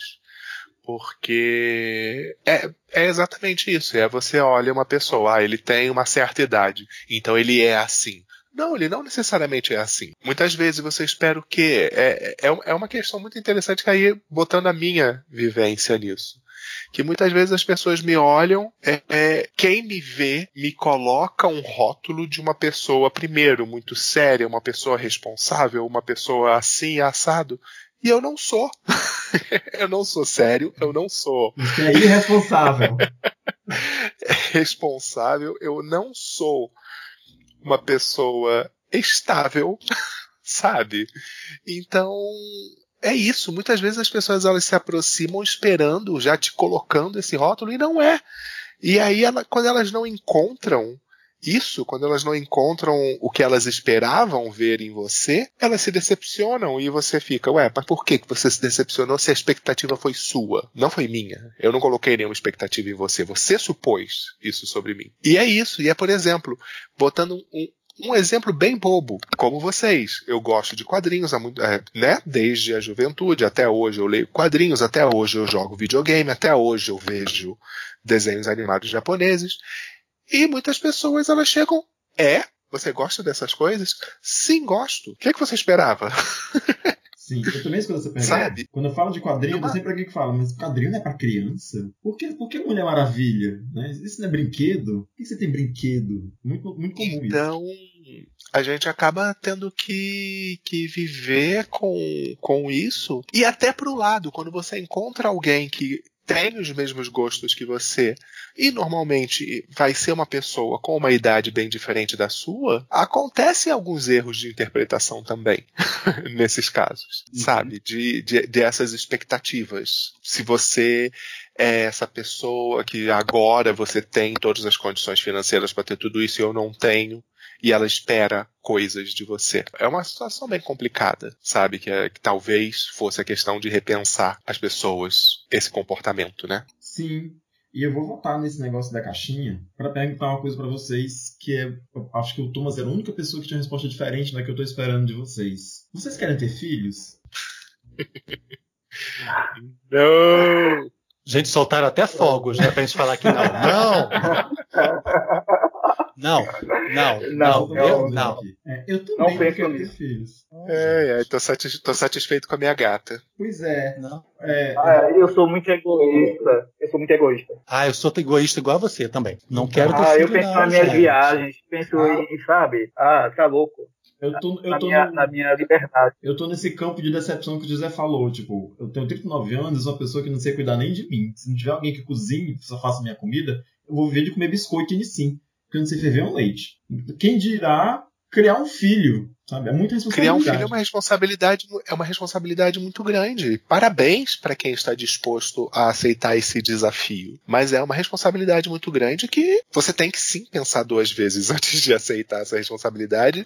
porque é, é exatamente isso. É você olha uma pessoa, ah, ele tem uma certa idade, então ele é assim. Não, ele não necessariamente é assim. Muitas vezes você espera o quê? É, é, é uma questão muito interessante que aí, botando a minha vivência nisso. Que muitas vezes as pessoas me olham, é, é, quem me vê me coloca um rótulo de uma pessoa, primeiro, muito séria, uma pessoa responsável, uma pessoa assim, assado, e eu não sou. Eu não sou sério, eu não sou... Você é irresponsável. responsável, eu não sou uma pessoa estável, sabe? Então... é isso, muitas vezes as pessoas elas se aproximam esperando, já te colocando esse rótulo, e não é. E aí, ela, quando elas não encontram isso, quando elas não encontram o que elas esperavam ver em você, elas se decepcionam e você fica, ué, mas por que você se decepcionou se a expectativa foi sua? Não foi minha. Eu não coloquei nenhuma expectativa em você. Você supôs isso sobre mim. E é isso. E é, por exemplo, botando um, um exemplo bem bobo, como vocês. Eu gosto de quadrinhos, há muito, é, né? Desde a juventude até hoje eu leio quadrinhos, até hoje eu jogo videogame, até hoje eu vejo desenhos animados japoneses. E muitas pessoas, elas chegam, é? Você gosta dessas coisas? Sim, gosto. O que é que você esperava? Sim, eu também escuto essa pergunta. Sabe? Quando eu falo de quadrinho, tem sempre alguém que fala, mas quadrinho não é pra criança? Por que, por que Mulher Maravilha? Né? Isso não é brinquedo? Por que você tem brinquedo? Muito, muito comum então, isso. a gente acaba tendo que, que viver com, com isso. E até pro lado, quando você encontra alguém que tem os mesmos gostos que você, e normalmente vai ser uma pessoa com uma idade bem diferente da sua, acontecem alguns erros de interpretação também, nesses casos, uhum. Sabe? De, de, dessas expectativas. Se você é essa pessoa que agora você tem todas as condições financeiras para ter tudo isso e eu não tenho, e ela espera coisas de você. É uma situação bem complicada, sabe? Que, é, que talvez fosse a questão de repensar as pessoas, esse comportamento, né? Sim. E eu vou voltar nesse negócio da caixinha para perguntar uma coisa para vocês, que é, eu acho que o Thomas era a única pessoa que tinha uma resposta diferente da que eu tô esperando de vocês. Vocês querem ter filhos? Não! Gente, soltaram até fogos, né? Pra gente falar que não. Não! Não, não, não, não. eu não. É, eu também não quero ter filhos. É, é, tô, satis, tô satisfeito com a minha gata. Pois é. Não. é ah, eu sou muito egoísta. Eu sou muito egoísta. Ah, eu sou egoísta igual a você também. Não quero ter ah, filho, eu penso não, nas minhas gente. viagens, penso Ah. em, sabe? Ah, tá louco. Eu tô, eu na, tô minha, no, na minha liberdade. Eu tô nesse campo de decepção que o José falou. Tipo, eu tenho trinta e nove anos, sou uma pessoa que não sei cuidar nem de mim. Se não tiver alguém que cozinhe, só faça minha comida, eu vou viver de comer biscoito e sim. Porque eu não sei ferver um leite. Quem dirá criar um filho, sabe? É muita responsabilidade. Criar um filho é uma responsabilidade, é uma responsabilidade muito grande. Parabéns para quem está disposto a aceitar esse desafio. Mas é uma responsabilidade muito grande que você tem que sim pensar duas vezes antes de aceitar essa responsabilidade.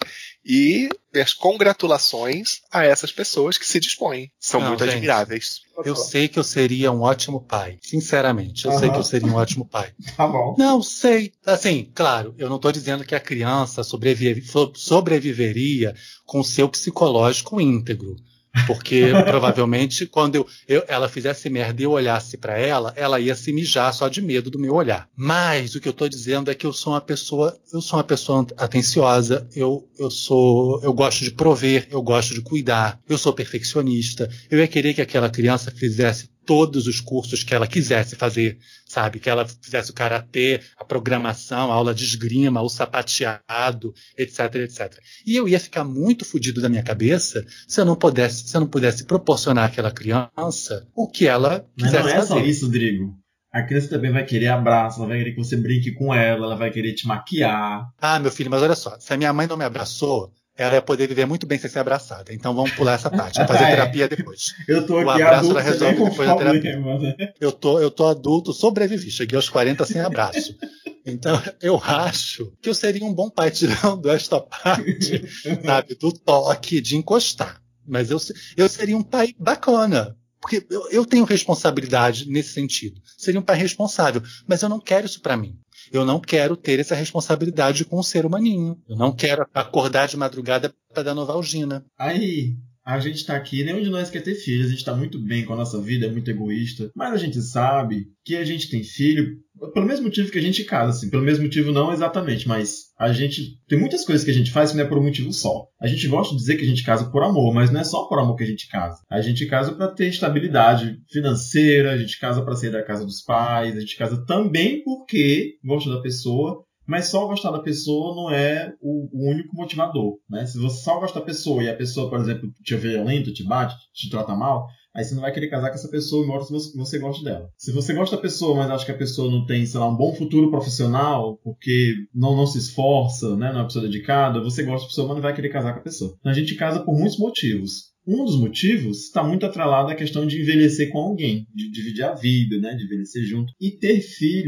E as congratulações a essas pessoas que se dispõem. São Não, muito gente, admiráveis. Eu sei que eu seria um ótimo pai. Sinceramente, eu Uhum. sei que eu seria um ótimo pai. Tá bom. Não sei. Assim, claro, eu não estou dizendo que a criança sobrevive, sobreviveria com seu psicológico íntegro. Porque provavelmente quando eu, eu, ela fizesse merda e eu olhasse para ela, ela ia se mijar só de medo do meu olhar. Mas o que eu estou dizendo é que eu sou uma pessoa, eu sou uma pessoa atenciosa, eu, eu sou, eu gosto de prover, eu gosto de cuidar, eu sou perfeccionista. Eu ia querer que aquela criança fizesse todos os cursos que ela quisesse fazer, sabe? Que ela fizesse o karatê, a programação, a aula de esgrima, o sapateado, etc, etcétera. E eu ia ficar muito fodido da minha cabeça se eu não pudesse, se eu não pudesse proporcionar àquela criança o que ela quisesse fazer. Mas não é só isso, Rodrigo. A criança também vai querer abraço, ela vai querer que você brinque com ela, ela vai querer te maquiar. Ah, meu filho, mas olha só, se a minha mãe não me abraçou, ela ia poder viver muito bem sem ser abraçada. Então vamos pular essa parte. Vamos fazer é. terapia depois. Eu tô aqui o abraço adulto, ela resolve com depois da terapia. problema, né? Eu tô, eu tô adulto, sobrevivi. Cheguei aos quarenta sem abraço. Então, eu acho que eu seria um bom pai tirando esta parte, sabe, do toque, de encostar. Mas eu, eu seria um pai bacana. Porque eu, eu tenho responsabilidade nesse sentido. Seria um pai responsável. Mas eu não quero isso pra mim. Eu não quero ter essa responsabilidade com o ser humaninho. Eu não quero acordar de madrugada para dar Novalgina. Aí, a gente tá aqui, nenhum de nós quer ter filhos, a gente tá muito bem com a nossa vida, é muito egoísta. Mas a gente sabe que a gente tem filho pelo mesmo motivo que a gente casa, assim. Pelo mesmo motivo não exatamente, mas a gente... Tem muitas coisas que a gente faz que não é por um motivo só. A gente gosta de dizer que a gente casa por amor, mas não é só por amor que a gente casa. A gente casa para ter estabilidade financeira, a gente casa para sair da casa dos pais, a gente casa também porque gosta da pessoa, mas só gostar da pessoa não é o, o único motivador, né? Se você só gosta da pessoa e a pessoa, por exemplo, te é violenta, te bate, te trata mal, aí você não vai querer casar com essa pessoa, embora você, você goste dela. Se você gosta da pessoa, mas acha que a pessoa não tem, sei lá, um bom futuro profissional, porque não, não se esforça, né, não é uma pessoa dedicada, você gosta da pessoa, mas não vai querer casar com a pessoa. Então a gente casa por muitos motivos. Um dos motivos está muito atrelado à questão de envelhecer com alguém, de dividir a vida, né, de envelhecer junto. E ter filhos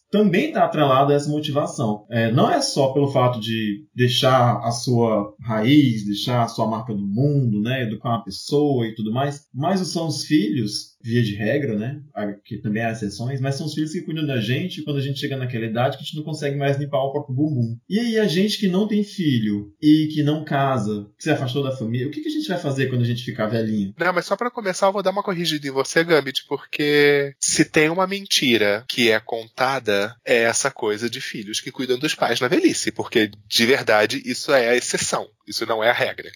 também está atrelado a essa motivação. É, não é só pelo fato de deixar a sua raiz, deixar a sua marca do mundo, né, educar uma pessoa e tudo mais, mas são os filhos, via de regra, né, que também há exceções, mas são os filhos que cuidam da gente quando a gente chega naquela idade que a gente não consegue mais limpar o próprio bumbum. E aí a gente que não tem filho e que não casa, que se afastou da família, o que, que a gente vai fazer quando a gente ficar velhinho? Não, mas só pra começar eu vou dar uma corrigida em você, Gambit, porque se tem uma mentira que é contada, é essa coisa de filhos que cuidam dos pais na velhice, porque de verdade isso é a exceção, isso não é a regra.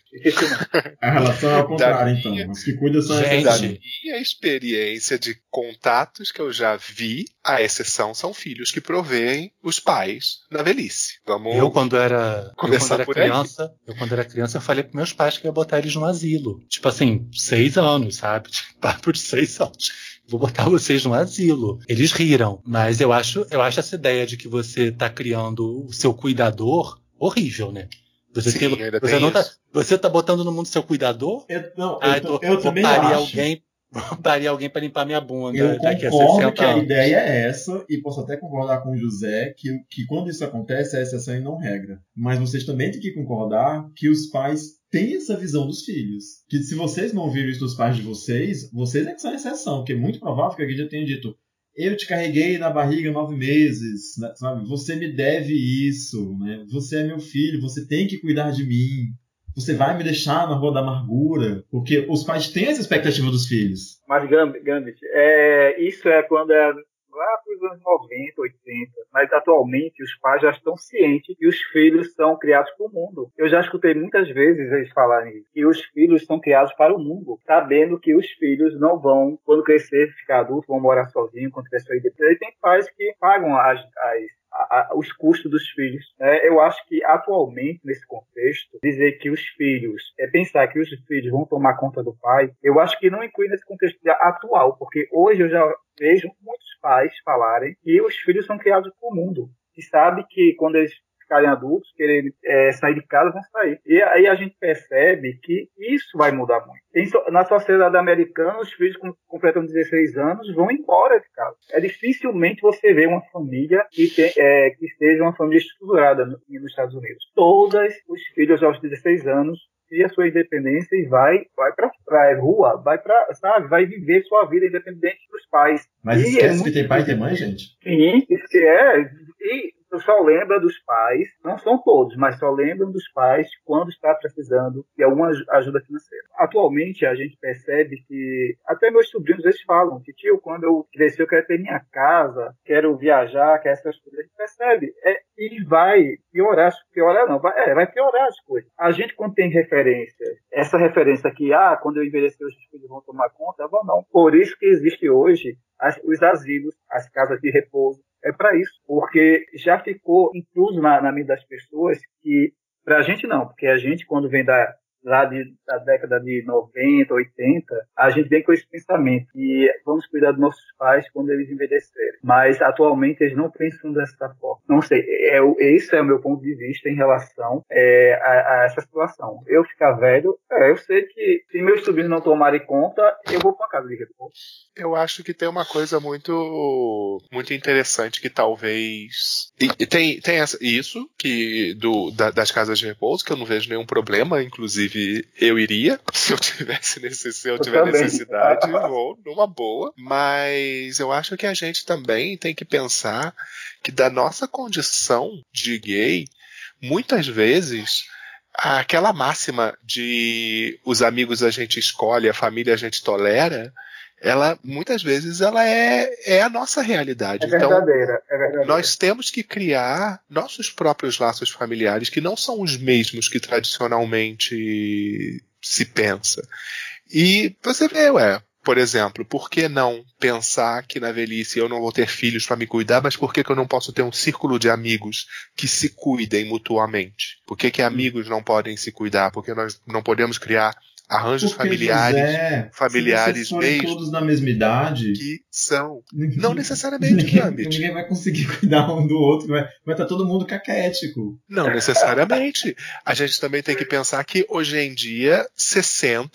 A relação é ao contrário, Da então. minha- Os que cuidam são a Gente, Da exceção. minha experiência de contatos que eu já vi, a exceção são filhos que proveem os pais na velhice. Vamos Eu, quando era, eu, começar quando era por aí. criança, eu, quando era criança, eu falei pros meus pais que eu ia botar eles no asilo. Tipo assim, seis anos, sabe? Tipo, papo de seis anos. Vou botar vocês no asilo. Eles riram. Mas eu acho, eu acho essa ideia de que você tá criando o seu cuidador horrível, né? Você, Sim, tem- ainda você tem não tá, isso. você tá botando no mundo seu cuidador? Eu, não, eu, Ah, tô- tô- eu também botaria acho. alguém, botaria alguém pra limpar minha bunda Eu daqui a concordo sessenta que a anos. ideia é essa, e posso até concordar com o José, que, que quando isso acontece é exceção e não regra. Mas vocês também têm que concordar que os pais têm essa visão dos filhos. Que se vocês não ouviram isso dos pais de vocês, vocês é que são a exceção, porque é muito provável que alguém já tenha dito: eu te carreguei na barriga nove meses, né, sabe? Você me deve isso, né? Você é meu filho, você tem que cuidar de mim. Você vai me deixar na rua da amargura, porque os pais têm essa expectativa dos filhos. Mas, Gambit, Gambit, é, isso é quando é lá para os anos noventa, oitenta. Mas, atualmente, os pais já estão cientes que os filhos são criados para o mundo. Eu já escutei muitas vezes eles falarem isso, que os filhos são criados para o mundo, sabendo que os filhos não vão, quando crescer, ficar adultos, vão morar sozinhos, quando crescer independente. E tem pais que pagam as, as A, a, os custos dos filhos. É, eu acho que, atualmente, nesse contexto, dizer que os filhos, é pensar que os filhos vão tomar conta do pai, eu acho que não inclui nesse contexto atual, porque hoje eu já vejo muitos pais falarem que os filhos são criados para o mundo, que sabe que quando eles ficarem adultos, quererem é, sair de casa, vão sair. E aí a gente percebe que isso vai mudar muito. Tem, na sociedade americana, os filhos com, completam dezesseis anos, vão embora de casa. É dificilmente você ver uma família que, tem, é, que seja uma família estruturada no, nos Estados Unidos. Todos os filhos aos dezesseis anos cria sua independência e vai, vai pra, pra rua, vai pra, sabe, vai viver sua vida independente dos pais. Mas e esquece é que tem pai e tem mãe, gente? Sim, isso é. E só lembra dos pais, não são todos, mas só lembram dos pais quando está precisando de alguma ajuda financeira. Atualmente, a gente percebe que, até meus sobrinhos, eles falam que, tio, quando eu crescer, eu quero ter minha casa, quero viajar, quero essas coisas. A gente percebe. É, e vai piorar, piorar não, vai, é, vai piorar as coisas. A gente, quando tem referência, essa referência que, ah, quando eu envelhecer, os filhos vão tomar conta, vão não. Por isso que existe hoje as, os asilos, as casas de repouso. É para isso, porque já ficou incluso na, na mente das pessoas que, para a gente não, porque a gente, quando vem da, lá de, da década de noventa, oitenta, a gente vem com esse pensamento que vamos cuidar dos nossos pais quando eles envelhecerem. Mas, atualmente, eles não pensam dessa forma. Não sei, é, esse é o meu ponto de vista em relação é, a, a essa situação. Eu ficar velho, é, eu sei que se meus sobrinhos não tomarem conta, eu vou para uma casa de repouso. Eu acho que tem uma coisa muito muito interessante que talvez e tem tem essa, isso que do da, das casas de repouso que eu não vejo nenhum problema, inclusive eu iria se eu tivesse necess, se eu, eu tiver também. necessidade vou numa boa, mas eu acho que a gente também tem que pensar que da nossa condição de gay, muitas vezes aquela máxima de os amigos a gente escolhe, a família a gente tolera, ela muitas vezes ela é, é a nossa realidade. É verdadeira, então, é verdadeira. Nós temos que criar nossos próprios laços familiares que não são os mesmos que tradicionalmente se pensa. E você vê, ué, por exemplo, por que não pensar que na velhice eu não vou ter filhos para me cuidar, mas por que, que eu não posso ter um círculo de amigos que se cuidem mutuamente? Por que, que amigos não podem se cuidar? Por que nós não podemos criar arranjos Porque, familiares, José, familiares se vocês mesmo, todos na mesma idade, que são. Não necessariamente, Gambit. Ninguém vai conseguir cuidar um do outro, vai estar tá todo mundo caquético. Não necessariamente. A gente também tem que pensar que hoje em dia sessenta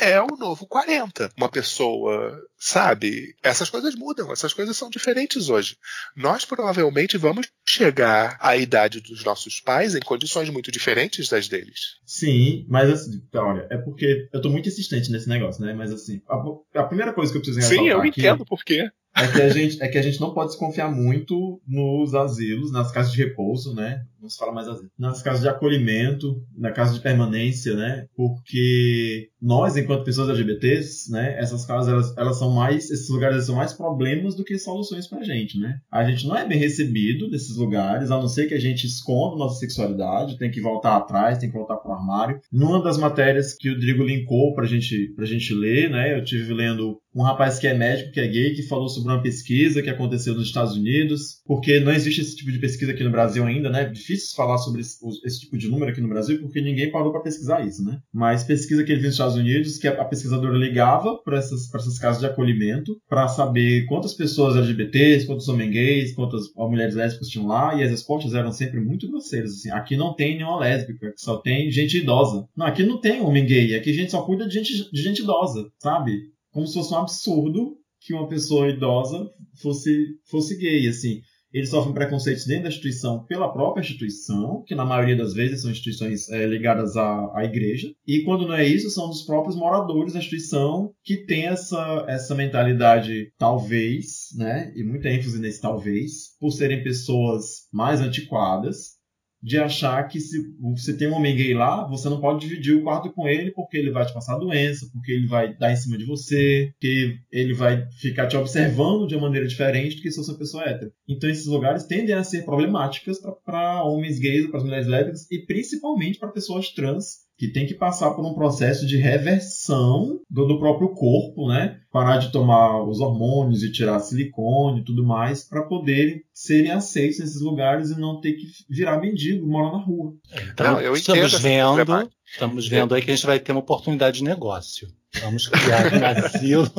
é o novo quarenta. Uma pessoa, sabe? Essas coisas mudam, essas coisas são diferentes hoje. Nós provavelmente vamos chegar à idade dos nossos pais em condições muito diferentes das deles. Sim, mas assim, olha, é porque eu tô muito insistente nesse negócio, né? Mas assim, a, a primeira coisa que eu preciso ressaltar Sim, eu aqui entendo por quê. É que, a gente, é que a gente não pode se confiar muito nos asilos, nas casas de repouso, né? Não se fala mais asilo. Nas casas de acolhimento, na casa de permanência, né? Porque nós, enquanto pessoas L G B Ts, né? Essas casas, elas, elas são mais, esses lugares são mais problemas do que soluções pra gente, né? A gente não é bem recebido nesses lugares, a não ser que a gente esconda nossa sexualidade, tem que voltar atrás, tem que voltar pro armário. Numa das matérias que o Rodrigo linkou pra gente, pra gente ler, né? Eu tive lendo um rapaz que é médico, que é gay, que falou sobre uma pesquisa que aconteceu nos Estados Unidos, porque não existe esse tipo de pesquisa aqui no Brasil ainda, né? É difícil falar sobre esse, esse tipo de número aqui no Brasil, porque ninguém parou para pesquisar isso, né? Mas pesquisa que ele viu nos Estados Unidos, que a pesquisadora ligava para essas, para essas casas de acolhimento, para saber quantas pessoas L G B Ts, quantos homens gays, quantas mulheres lésbicas tinham lá, e as respostas eram sempre muito grosseiras, assim. Aqui não tem nenhuma lésbica, só tem gente idosa. Não, aqui não tem homem gay, aqui a gente só cuida de gente, de gente idosa, sabe? Como se fosse um absurdo que uma pessoa idosa fosse, fosse gay, assim. Eles sofrem preconceitos dentro da instituição pela própria instituição, que na maioria das vezes são instituições é, ligadas à, à igreja. E quando não é isso, são dos próprios moradores da instituição que têm essa, essa mentalidade, talvez, né? E muita ênfase nesse talvez, por serem pessoas mais antiquadas, de achar que se você tem um homem gay lá, você não pode dividir o quarto com ele porque ele vai te passar doença, porque ele vai dar em cima de você, que ele vai ficar te observando de uma maneira diferente do que se fosse uma pessoa hétero. Então esses lugares tendem a ser problemáticas para homens gays, para as mulheres lésbicas e principalmente para pessoas trans, que tem que passar por um processo de reversão do, do próprio corpo, né? Parar de tomar os hormônios e tirar silicone e tudo mais, para poderem serem aceitos nesses lugares e não ter que virar mendigo, morar na rua. Então, não, eu estamos entendo vendo, estamos vendo aí que a gente vai ter uma oportunidade de negócio. Vamos criar um asilo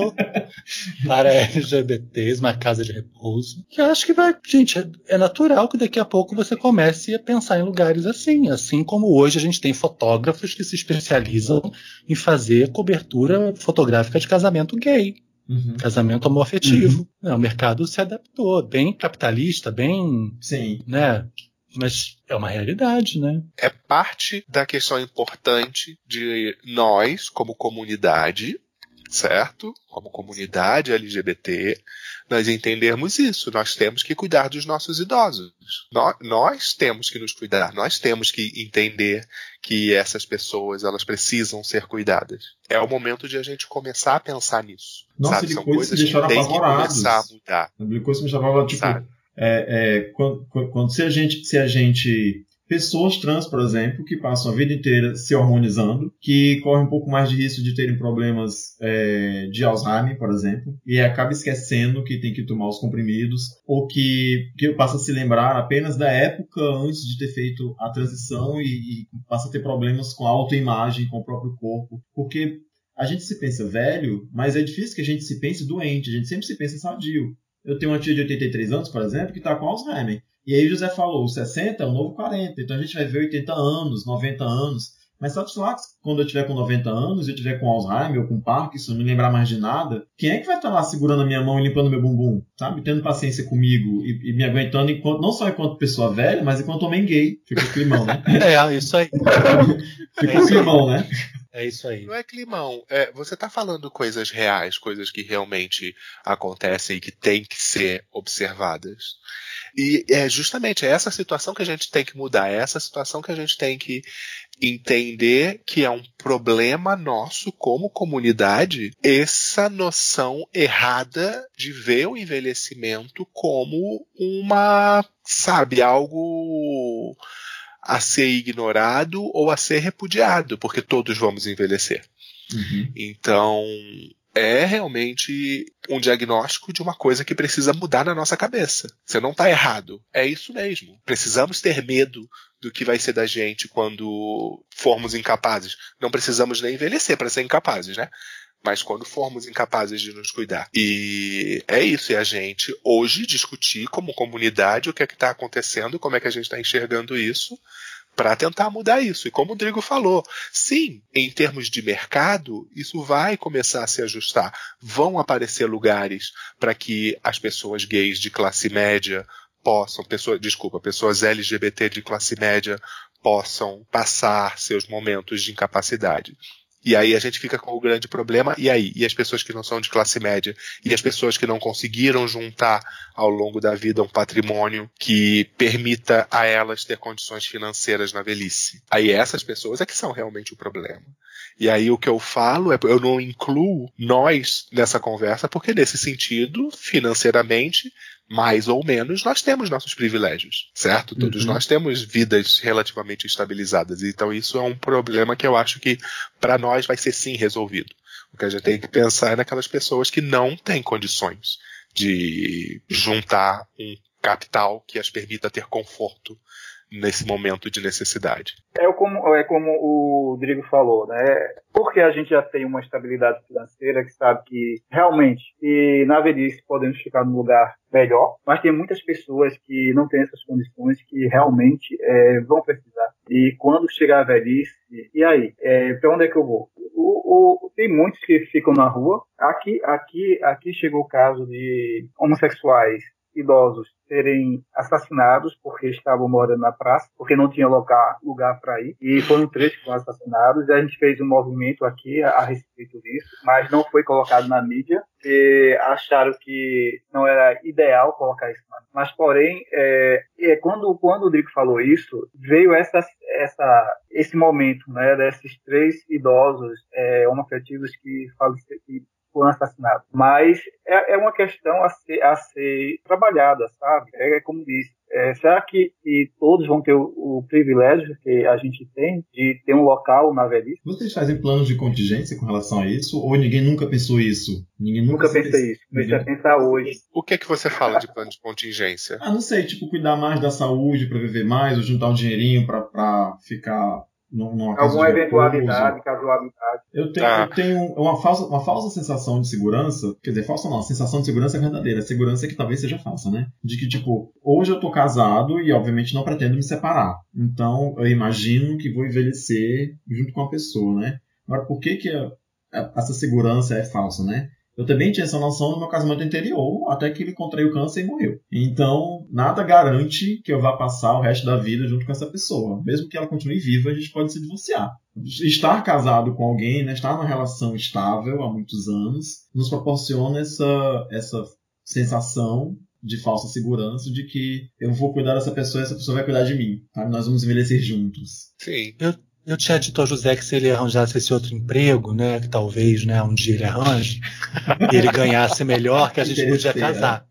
para L G B Ts, uma casa de repouso. Que eu acho que vai, gente, é, é natural que daqui a pouco você comece a pensar em lugares assim. Assim como hoje a gente tem fotógrafos que se especializam em fazer cobertura fotográfica de casamento gay. Uhum. Casamento homoafetivo. Uhum. O mercado se adaptou, bem capitalista, bem. Sim. Né? Mas é uma realidade, né? É parte da questão importante de nós, como comunidade, certo? Como comunidade L G B T, nós entendermos isso. Nós temos que cuidar dos nossos idosos. Nós, nós temos que nos cuidar. Nós temos que entender que essas pessoas, elas precisam ser cuidadas. É o momento de a gente começar a pensar nisso. Nossa, sabe? São coisas coisas que tem que apavorados. começar a mudar. Coisas que me chamavam, tipo... Sabe? É, é, quando, quando se a gente, se a gente, pessoas trans, por exemplo, que passam a vida inteira se hormonizando, que correm um pouco mais de risco de terem problemas é, de Alzheimer, por exemplo, e acaba esquecendo que tem que tomar os comprimidos, ou que, que passa a se lembrar apenas da época antes de ter feito a transição e, e passa a ter problemas com a autoimagem, com o próprio corpo, porque a gente se pensa velho, mas é difícil que a gente se pense doente, a gente sempre se pensa sadio. Eu tenho uma tia de oitenta e três anos, por exemplo, que está com Alzheimer. E aí o José falou, o sessenta é o novo quarenta. Então a gente vai ver oitenta anos, noventa anos. Mas sabe lá, quando eu tiver com noventa anos, eu tiver com Alzheimer ou com Parkinson, não me lembrar mais de nada, quem é que vai estar lá segurando a minha mão e limpando meu bumbum? Sabe? Tendo paciência comigo e, e me aguentando enquanto, não só enquanto pessoa velha, mas enquanto homem gay. Fica o climão, né? É, isso aí. Fica o climão, né? É isso aí. Não é climão. É, você está falando coisas reais, coisas que realmente acontecem e que têm que ser observadas. E é justamente essa situação que a gente tem que mudar, é essa situação que a gente tem que entender que é um problema nosso como comunidade, essa noção errada de ver o envelhecimento como uma, sabe, algo a ser ignorado ou a ser repudiado, porque todos vamos envelhecer. Uhum. Então, é realmente um diagnóstico de uma coisa que precisa mudar na nossa cabeça. Você não está errado. É isso mesmo. Precisamos ter medo do que vai ser da gente quando formos incapazes. Não precisamos nem envelhecer para ser incapazes, né? Mas quando formos incapazes de nos cuidar. E é isso, e a gente hoje discutir como comunidade o que é que está acontecendo, como é que a gente está enxergando isso, para tentar mudar isso. E como o Rodrigo falou, sim, em termos de mercado, isso vai começar a se ajustar. Vão aparecer lugares para que as pessoas gays de classe média possam, pessoa, desculpa, pessoas L G B T de classe média possam passar seus momentos de incapacidade. E aí a gente fica com o grande problema, e aí? E as pessoas que não são de classe média? E as pessoas que não conseguiram juntar ao longo da vida um patrimônio que permita a elas ter condições financeiras na velhice? Aí essas pessoas é que são realmente o problema. E aí o que eu falo é, eu não incluo nós nessa conversa, porque nesse sentido, financeiramente, mais ou menos, nós temos nossos privilégios, certo? Todos Uhum. nós temos vidas relativamente estabilizadas. Então isso é um problema que eu acho que para nós vai ser sim resolvido. O que a gente tem que pensar é naquelas pessoas que não têm condições de juntar um capital que as permita ter conforto nesse momento de necessidade. É como, é como o Rodrigo falou, né? Porque a gente já tem uma estabilidade financeira que sabe que realmente e na velhice podemos ficar num lugar melhor, mas tem muitas pessoas que não têm essas condições que realmente é, vão precisar. E quando chegar a velhice, e aí? É, para onde é que eu vou? O, o, tem muitos que ficam na rua. Aqui, aqui, aqui chegou o caso de homossexuais idosos serem assassinados porque estavam morando na praça, porque não tinha lugar, lugar para ir, e foram três que foram assassinados, e a gente fez um movimento aqui a, a respeito disso, mas não foi colocado na mídia, e acharam que não era ideal colocar isso na mídia. Mas, porém, é, é, quando, quando o Rodrigo falou isso, veio essa, essa, esse momento, né, desses três idosos é, homoafetivos que faleceram, foram assassinados. Mas é, é uma questão a ser, a ser trabalhada, sabe? É como disse, é, será que e todos vão ter o, o privilégio que a gente tem de ter um local na velhice? Vocês fazem planos de contingência com relação a isso? Ou ninguém nunca pensou isso? Ninguém nunca, nunca pensei isso. Comecei a pensar hoje. O que é que você fala de plano de contingência? Ah, não sei, tipo, cuidar mais da saúde para viver mais, ou juntar um dinheirinho para pra ficar numa casa alguma de eventualidade, repouso. casualidade. Eu tenho, Ah. eu tenho uma, falsa, uma falsa sensação de segurança, quer dizer, falsa não, a sensação de segurança é verdadeira, a segurança é que talvez seja falsa, né? De que, tipo, hoje eu tô casado e, obviamente, não pretendo me separar. Então, eu imagino que vou envelhecer junto com a pessoa, né? Agora, por que que a, a, essa segurança é falsa, né? Eu também tinha essa noção no meu casamento anterior, até que ele contraiu câncer e morreu. Então, nada garante que eu vá passar o resto da vida junto com essa pessoa. Mesmo que ela continue viva, a gente pode se divorciar. Estar casado com alguém, né, estar numa relação estável há muitos anos, nos proporciona essa, essa sensação de falsa segurança de que eu vou cuidar dessa pessoa e essa pessoa vai cuidar de mim. Tá? Nós vamos envelhecer juntos. Sim. Eu, eu tinha dito ao José que se ele arranjasse esse outro emprego, né, que talvez, né, um dia ele arranje, e ele ganhasse melhor, que a gente podia casar.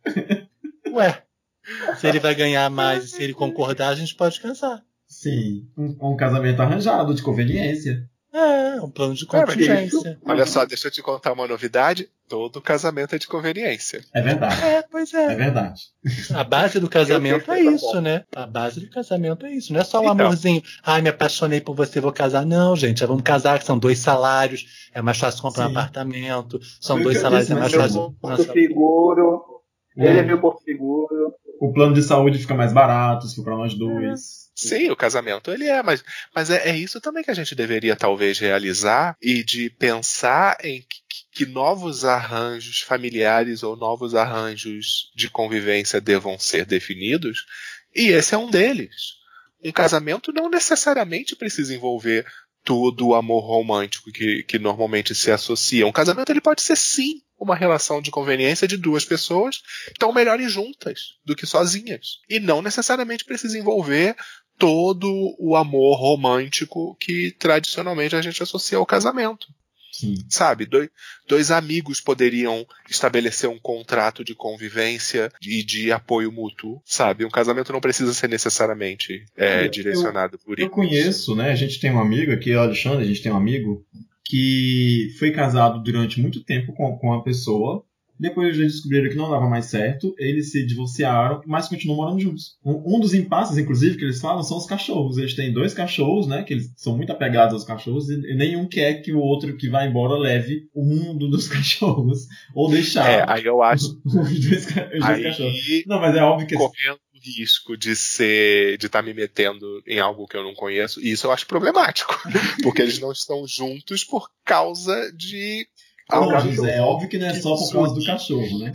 Ué, se ele vai ganhar mais e se ele concordar, a gente pode casar. Sim, um, um casamento arranjado, de conveniência. É, um plano de contingência. Olha só, deixa eu te contar uma novidade. Todo casamento é de conveniência. É verdade. É, pois é. É verdade. A base do casamento é isso, né? A base do casamento é isso. Não é só o Então. amorzinho. Ai, me apaixonei por você, vou casar. Não, gente. Vamos casar, que são dois salários. É mais fácil comprar Sim. um apartamento. São Foi o dois que eu salários, disse, é mais mas fácil. Porto seguro, ele é meu porto seguro. O plano de saúde fica mais barato se for para nós dois. Sim, o casamento ele é, mas, mas é, é isso também que a gente deveria talvez realizar e de pensar em que, que novos arranjos familiares ou novos arranjos de convivência devam ser definidos, e esse é um deles. Um casamento não necessariamente precisa envolver todo o amor romântico que, que normalmente se associa. Um casamento ele pode ser sim uma relação de conveniência de duas pessoas que estão melhores juntas do que sozinhas. E não necessariamente precisa envolver todo o amor romântico que tradicionalmente a gente associa ao casamento. Sim. Sabe, dois, dois amigos poderiam estabelecer um contrato de convivência e de apoio mútuo, sabe? Um casamento não precisa ser necessariamente é, Eu- direcionado por Eu isso. conheço, né? A gente tem um amigo aqui, o Alexandre, a gente tem um amigo que foi casado durante muito tempo com, com uma pessoa. Depois eles descobriram que não dava mais certo, eles se divorciaram, mas continuam morando juntos. Um, um dos impasses, inclusive, que eles falam são os cachorros. Eles têm dois cachorros, né? Que eles são muito apegados aos cachorros, e, e nenhum quer que o outro que vai embora leve o mundo dos cachorros. Ou deixar É, aí eu acho. os dois, ca- os dois cachorros. Aí, Não, mas é óbvio que correndo risco de ser, de estar me metendo em algo que eu não conheço, e isso eu acho problemático, porque eles não estão juntos por causa de Não, José, é óbvio que não é só por causa do cachorro, né?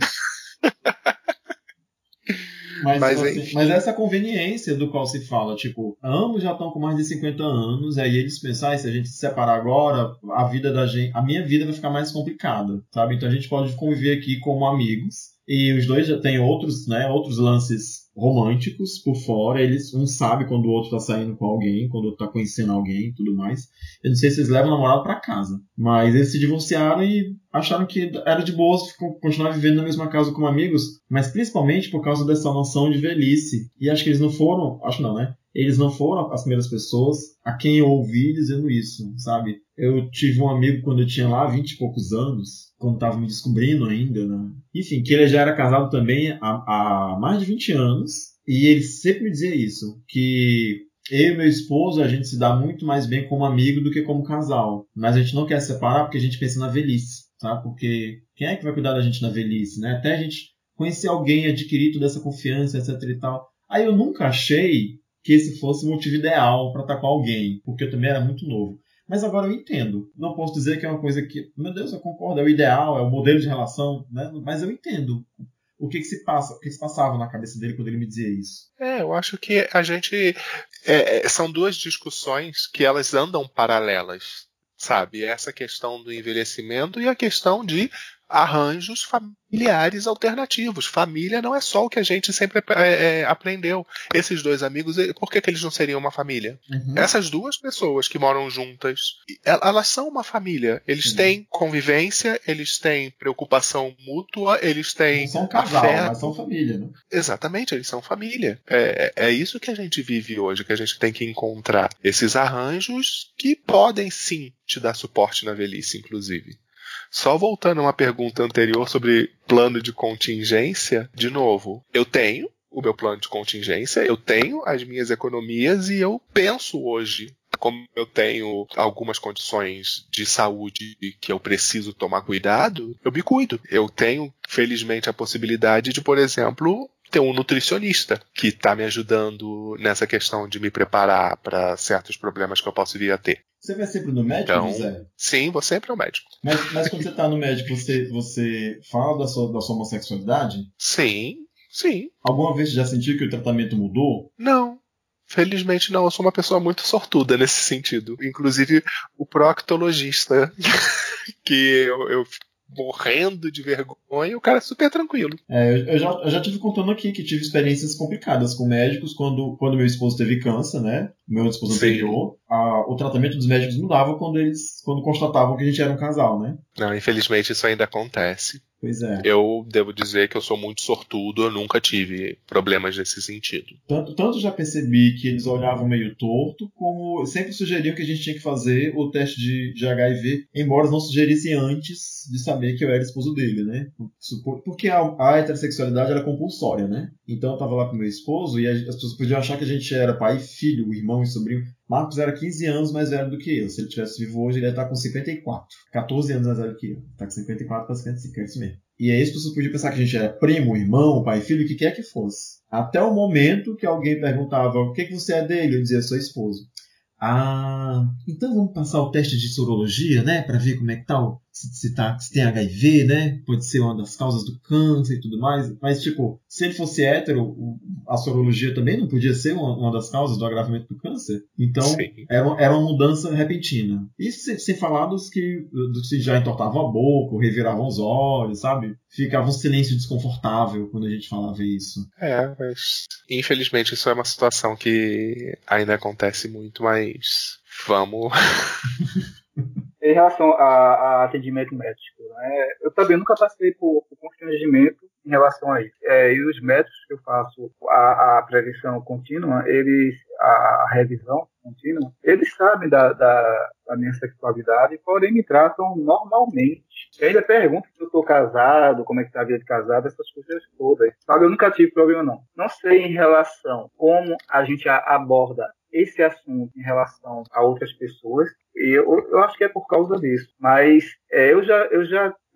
Mas, Mas, assim, mas essa conveniência do qual se fala, tipo, ambos já estão com mais de cinquenta anos, aí eles pensam, ah, se a gente se separar agora, a vida da gente, a minha vida vai ficar mais complicada, sabe? Então a gente pode conviver aqui como amigos, e os dois já têm outros, né, outros lances românticos por fora, eles, um sabe quando o outro tá saindo com alguém, quando o outro tá conhecendo alguém e tudo mais. Eu não sei se eles levam o namorado pra casa, mas eles se divorciaram e acharam que era de boa continuar vivendo na mesma casa como amigos, mas principalmente por causa dessa noção de velhice. E acho que eles não foram, acho não, né? Eles não foram as primeiras pessoas a quem eu ouvi dizendo isso, sabe? Eu tive um amigo quando eu tinha lá vinte e poucos anos, quando estava me descobrindo ainda, né? Enfim, que ele já era casado também há, há mais de vinte anos, e ele sempre me dizia isso, que eu e meu esposo, a gente se dá muito mais bem como amigo do que como casal, mas a gente não quer separar porque a gente pensa na velhice, sabe? Porque quem é que vai cuidar da gente na velhice, né? Até a gente conhecer alguém, adquirir toda essa confiança, etc e tal. Aí eu nunca achei que esse fosse o motivo ideal para estar com alguém, porque eu também era muito novo. Mas agora eu entendo. Não posso dizer que é uma coisa que, meu Deus, eu concordo, é o ideal, é o modelo de relação, né? Mas eu entendo o que que se passa, o que se passava na cabeça dele quando ele me dizia isso. É, eu acho que a gente... É, são duas discussões que elas andam paralelas, sabe? Essa questão do envelhecimento e a questão de arranjos familiares alternativos. Família não é só o que a gente sempre é, é, aprendeu. Esses dois amigos, por que, que eles não seriam uma família? Uhum. Essas duas pessoas que moram juntas, elas são uma família. Eles Sim. têm convivência, eles têm preocupação mútua, eles têm não são casal, afeto. Mas são família, né? Exatamente, eles são família. É, é isso que a gente vive hoje, que a gente tem que encontrar. Esses arranjos que podem sim te dar suporte na velhice, inclusive. Só voltando a uma pergunta anterior sobre plano de contingência, de novo, eu tenho o meu plano de contingência, eu tenho as minhas economias e eu penso hoje, como eu tenho algumas condições de saúde que eu preciso tomar cuidado, eu me cuido. Eu tenho, felizmente, a possibilidade de, por exemplo, ter um nutricionista que está me ajudando nessa questão de me preparar para certos problemas que eu posso vir a ter. Você vai sempre no médico, então, José? Sim, vou sempre ao médico. Mas, mas quando você está no médico, você, você fala da sua, da sua homossexualidade? Sim, sim. Alguma vez você já sentiu que o tratamento mudou? Não. Felizmente não, eu sou uma pessoa muito sortuda nesse sentido. Inclusive o proctologista, que eu, eu morrendo de vergonha, o cara é super tranquilo. É, eu, eu, já, eu já tive contando aqui que tive experiências complicadas com médicos quando, quando meu esposo teve câncer, né? Meu esposo Sim. anterior. A, o tratamento dos médicos mudava quando eles quando constatavam que a gente era um casal, né? Não, infelizmente isso ainda acontece. Pois é. Eu devo dizer que eu sou muito sortudo, eu nunca tive problemas nesse sentido. Tanto, tanto já percebi que eles olhavam meio torto, como sempre sugeriam que a gente tinha que fazer o teste de, de H I V, embora não sugerissem antes de saber que eu era esposo dele, né? Porque a, a heterossexualidade era compulsória, né? Então eu tava lá com meu esposo e as pessoas podiam achar que a gente era pai e filho, irmão e sobrinho. Marcos era quinze anos mais velho do que eu. Se ele tivesse vivo hoje, ele ia estar com cinquenta e quatro. catorze anos mais velho que eu. Tá com cinquenta e quatro para cinquenta e cinco, é isso mesmo. E aí as pessoas podiam pensar que a gente era primo, irmão, pai, filho, o que quer que fosse. Até o momento que alguém perguntava o que, que você é dele, eu dizia, sou esposo. Ah, então vamos passar o teste de sorologia, né? Pra ver como é que tá, se, se, tá, se tem H I V, né? Pode ser uma das causas do câncer e tudo mais. Mas, tipo, se ele fosse hétero, a sorologia também não podia ser uma, uma das causas do agravamento do câncer. Então, era, era uma mudança repentina. Isso sem, sem falar dos que, dos que já entortavam a boca, ou reviravam os olhos, sabe? Ficava um silêncio desconfortável quando a gente falava isso. É, mas infelizmente isso é uma situação que ainda acontece muito, mas vamos... Em relação a, a atendimento médico, né, eu também nunca passei por, por constrangimento em relação a isso. É, e os médicos que eu faço a, a prevenção contínua, eles, a, a revisão contínua, eles sabem da, da, da minha sexualidade, porém me tratam normalmente. Eu ainda pergunto se eu estou casado, como é que está a vida de casado, essas coisas todas. Sabe, eu nunca tive problema, não. Não sei em relação como a gente aborda esse assunto em relação a outras pessoas, e eu, eu acho que é por causa disso. Mas é, eu, já, eu já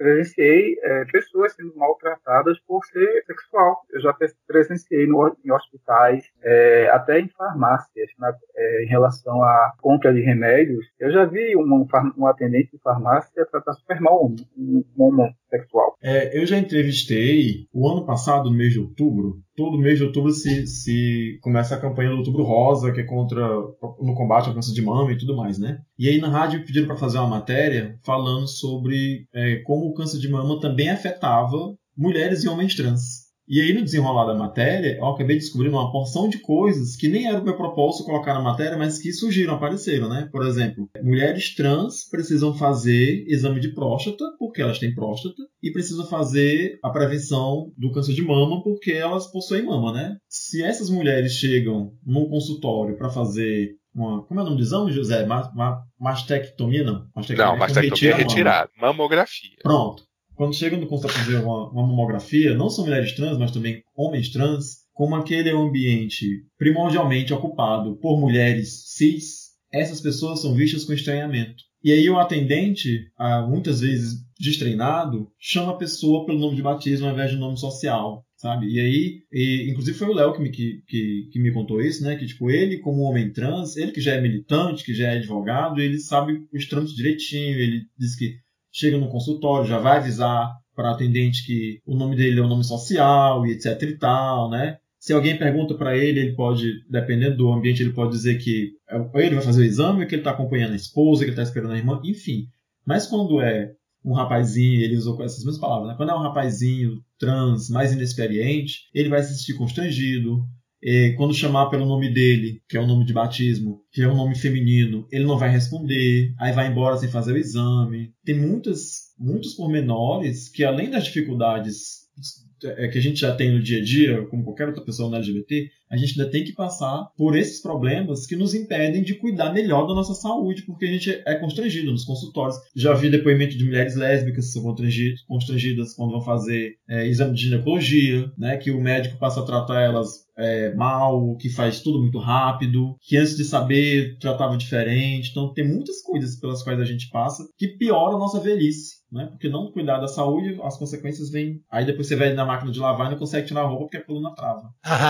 presenciei é, pessoas sendo maltratadas por ser sexual. Eu já presenciei no, em hospitais, é, até em farmácias, na, é, em relação à compra de remédios. Eu já vi um, um atendente de farmácia tratar super mal um, um, um homossexual. É, eu já entrevistei, o ano passado, no mês de outubro, todo mês de outubro se, se começa a campanha do Outubro Rosa, que é contra, no combate ao câncer de mama e tudo mais, né? E aí na rádio pediram para fazer uma matéria falando sobre é, como o câncer de mama também afetava mulheres e homens trans. E aí, no desenrolar da matéria, eu acabei descobrindo uma porção de coisas que nem era o meu propósito colocar na matéria, mas que surgiram, apareceram, né? Por exemplo, mulheres trans precisam fazer exame de próstata, porque elas têm próstata, e precisam fazer a prevenção do câncer de mama, porque elas possuem mama, né? Se essas mulheres chegam num consultório para fazer uma... Como é o nome do exame, José? Ma, ma, mastectomia, não? Mastectomia não, mastectomia é retirada. Mamografia. Pronto. Quando chegam no consultório para fazer uma, uma mamografia, não são mulheres trans, mas também homens trans, como aquele é um ambiente primordialmente ocupado por mulheres cis, essas pessoas são vistas com estranhamento. E aí o atendente, muitas vezes destreinado, chama a pessoa pelo nome de batismo ao invés do nome social, sabe? E aí, e, inclusive foi o Léo que me, que, que, que me contou isso, né? Que tipo, ele como homem trans, ele que já é militante, que já é advogado, ele sabe os trâmites direitinho, ele diz que chega no consultório, já vai avisar para o atendente que o nome dele é o nome social e etc e tal, né? Se alguém pergunta para ele, ele pode, dependendo do ambiente, ele pode dizer que ele vai fazer o exame, que ele está acompanhando a esposa, que ele está esperando a irmã, enfim. Mas quando é um rapazinho, ele usou essas mesmas palavras, né? Quando é um rapazinho trans, mais inexperiente, ele vai se sentir constrangido. E quando chamar pelo nome dele, que é o nome de batismo, que é um nome feminino, ele não vai responder, aí vai embora sem fazer o exame. Tem muitas, muitos pormenores que, além das dificuldades que a gente já tem no dia a dia, como qualquer outra pessoa no L G B T, a gente ainda tem que passar por esses problemas que nos impedem de cuidar melhor da nossa saúde, porque a gente é constrangido nos consultórios. Já vi depoimento de mulheres lésbicas que são constrangidas quando vão fazer é, exame de ginecologia, né, que o médico passa a tratar elas é, mal, que faz tudo muito rápido, que antes de saber tratava diferente. Então tem muitas coisas pelas quais a gente passa que pioram a nossa velhice, né? Porque não cuidar da saúde, as consequências vêm. Aí depois você vai na máquina de lavar e não consegue tirar a roupa porque a coluna trava.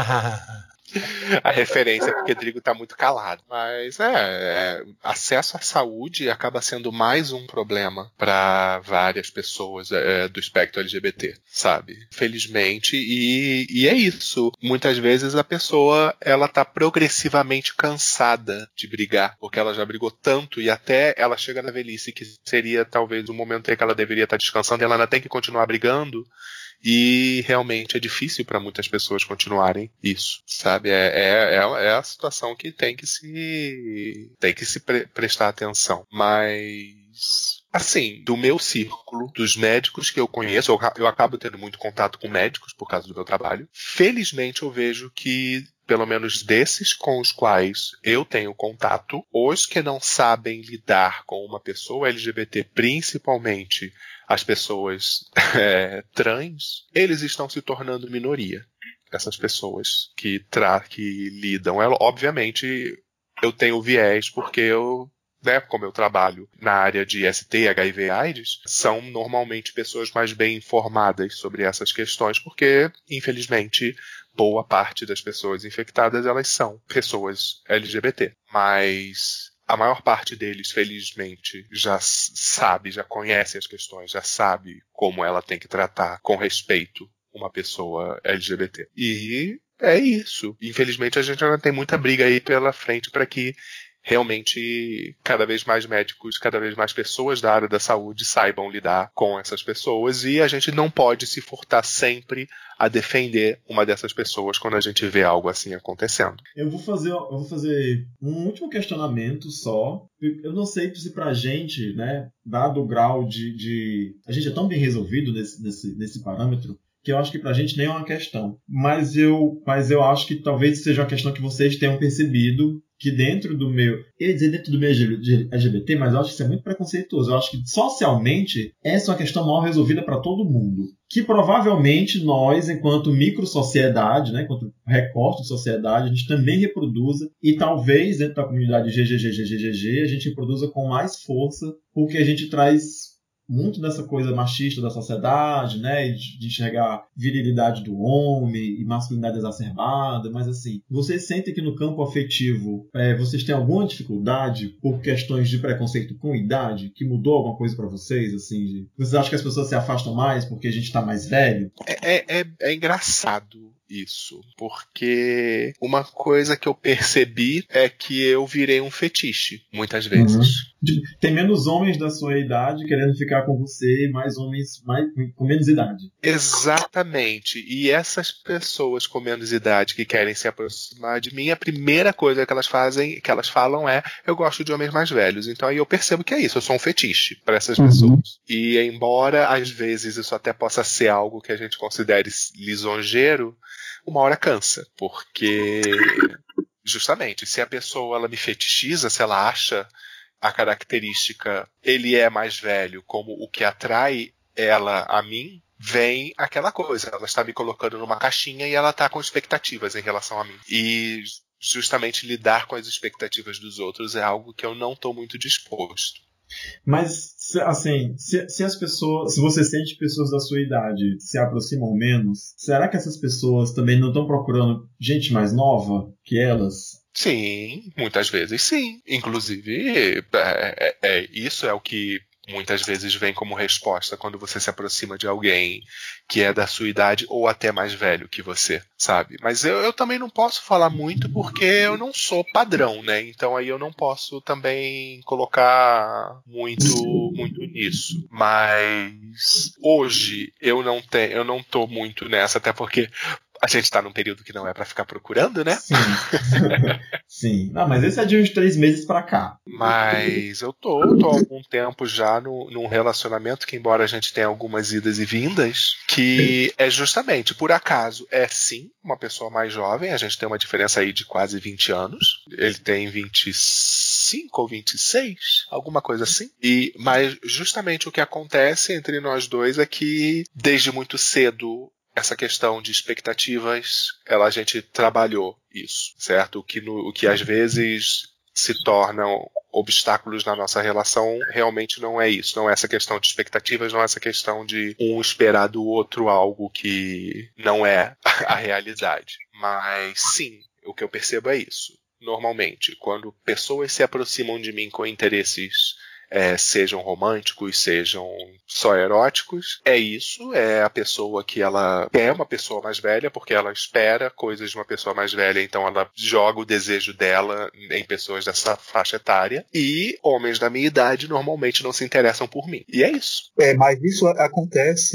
A referência é porque o Rodrigo tá muito calado. Mas é, é, acesso à saúde acaba sendo mais um problema para várias pessoas é, do espectro L G B T, sabe? Felizmente, e, e é isso. Muitas vezes a pessoa ela tá progressivamente cansada de brigar, porque ela já brigou tanto e até ela chega na velhice, que seria talvez o momento em que ela deveria estar descansando, e ela ainda tem que continuar brigando. E realmente é difícil para muitas pessoas continuarem isso, sabe? É, é, é a situação que tem que se, tem que se pre- prestar atenção. Mas, assim, do meu círculo, dos médicos que eu conheço, eu, eu acabo tendo muito contato com médicos por causa do meu trabalho. Felizmente eu vejo que, pelo menos desses com os quais eu tenho contato, os que não sabem lidar com uma pessoa L G B T, principalmente as pessoas é, trans, eles estão se tornando minoria. Essas pessoas que, tra- que lidam. Ela, obviamente, eu tenho viés porque eu, né, como eu trabalho na área de S T, H I V AIDS, são normalmente pessoas mais bem informadas sobre essas questões, porque, infelizmente, boa parte das pessoas infectadas, elas são pessoas L G B T. Mas a maior parte deles, felizmente, já sabe, já conhece as questões, já sabe como ela tem que tratar com respeito uma pessoa L G B T. E é isso. Infelizmente, a gente ainda tem muita briga aí pela frente para que realmente cada vez mais médicos, cada vez mais pessoas da área da saúde saibam lidar com essas pessoas, e a gente não pode se furtar sempre a defender uma dessas pessoas quando a gente vê algo assim acontecendo. Eu vou fazer, eu vou fazer um último questionamento só. Eu não sei se pra gente, né, dado o grau de, de... A gente é tão bem resolvido nesse, nesse, nesse parâmetro, que eu acho que pra gente nem é uma questão. Mas eu, mas eu acho que talvez seja uma questão que vocês tenham percebido que dentro do meu... Eu ia dizer dentro do meio L G B T, mas eu acho que isso é muito preconceituoso. Eu acho que socialmente essa é uma questão mal resolvida para todo mundo. Que provavelmente nós, enquanto micro-sociedade, né, enquanto recorte de sociedade, a gente também reproduza, e talvez dentro da comunidade G G G G G G G a gente reproduza com mais força, porque a gente traz muito dessa coisa machista da sociedade, né, de, de enxergar virilidade do homem e masculinidade exacerbada, mas assim, vocês sentem que no campo afetivo é, vocês têm alguma dificuldade por questões de preconceito com idade, que mudou alguma coisa pra vocês, assim, de, vocês acham que as pessoas se afastam mais porque a gente tá mais velho? É, é, é engraçado isso, porque uma coisa que eu percebi é que eu virei um fetiche, muitas vezes. Uhum. Tem menos homens da sua idade querendo ficar com você e mais homens mais, com menos idade. Exatamente. E essas pessoas com menos idade que querem se aproximar de mim, a primeira coisa que elas fazem, que elas falam é: eu gosto de homens mais velhos. Então aí eu percebo que é isso, eu sou um fetiche para essas uhum. pessoas. E embora às vezes isso até possa ser algo que a gente considere lisonjeiro, uma hora cansa, porque justamente, se a pessoa ela me fetichiza, se ela acha a característica ele é mais velho como o que atrai ela a mim, vem aquela coisa, ela está me colocando numa caixinha e ela está com expectativas em relação a mim. E justamente lidar com as expectativas dos outros é algo que eu não estou muito disposto. Mas, assim, se, se as pessoas, se você sente que pessoas da sua idade se aproximam menos, será que essas pessoas também não estão procurando gente mais nova que elas? Sim, muitas vezes sim. Inclusive, é, é, é, isso é o que muitas vezes vem como resposta quando você se aproxima de alguém que é da sua idade ou até mais velho que você, sabe? Mas eu, eu também não posso falar muito porque eu não sou padrão, né? Então aí eu não posso também colocar muito, muito nisso. Mas hoje eu não tenho, eu não tô muito nessa, até porque a gente tá num período que não é pra ficar procurando, né? Sim. Sim. Não, mas esse é de uns três meses pra cá. Mas eu tô, tô há algum tempo já no, num relacionamento que, embora a gente tenha algumas idas e vindas, que é justamente, por acaso, é sim uma pessoa mais jovem. A gente tem uma diferença aí de quase vinte anos. Ele tem vinte e cinco ou vinte e seis, alguma coisa assim. E, mas justamente o que acontece entre nós dois é que, desde muito cedo, essa questão de expectativas, ela, a gente trabalhou isso, certo? O que, no, o que às vezes se tornam obstáculos na nossa relação realmente não é isso, não é essa questão de expectativas, não é essa questão de um esperar do outro algo que não é a realidade. Mas sim, o que eu percebo é isso. Normalmente, quando pessoas se aproximam de mim com interesses É, sejam românticos, sejam só eróticos, é isso, é a pessoa que ela é uma pessoa mais velha, porque ela espera coisas de uma pessoa mais velha, então ela joga o desejo dela em pessoas dessa faixa etária, e homens da minha idade normalmente não se interessam por mim, e é isso. É, mas isso acontece,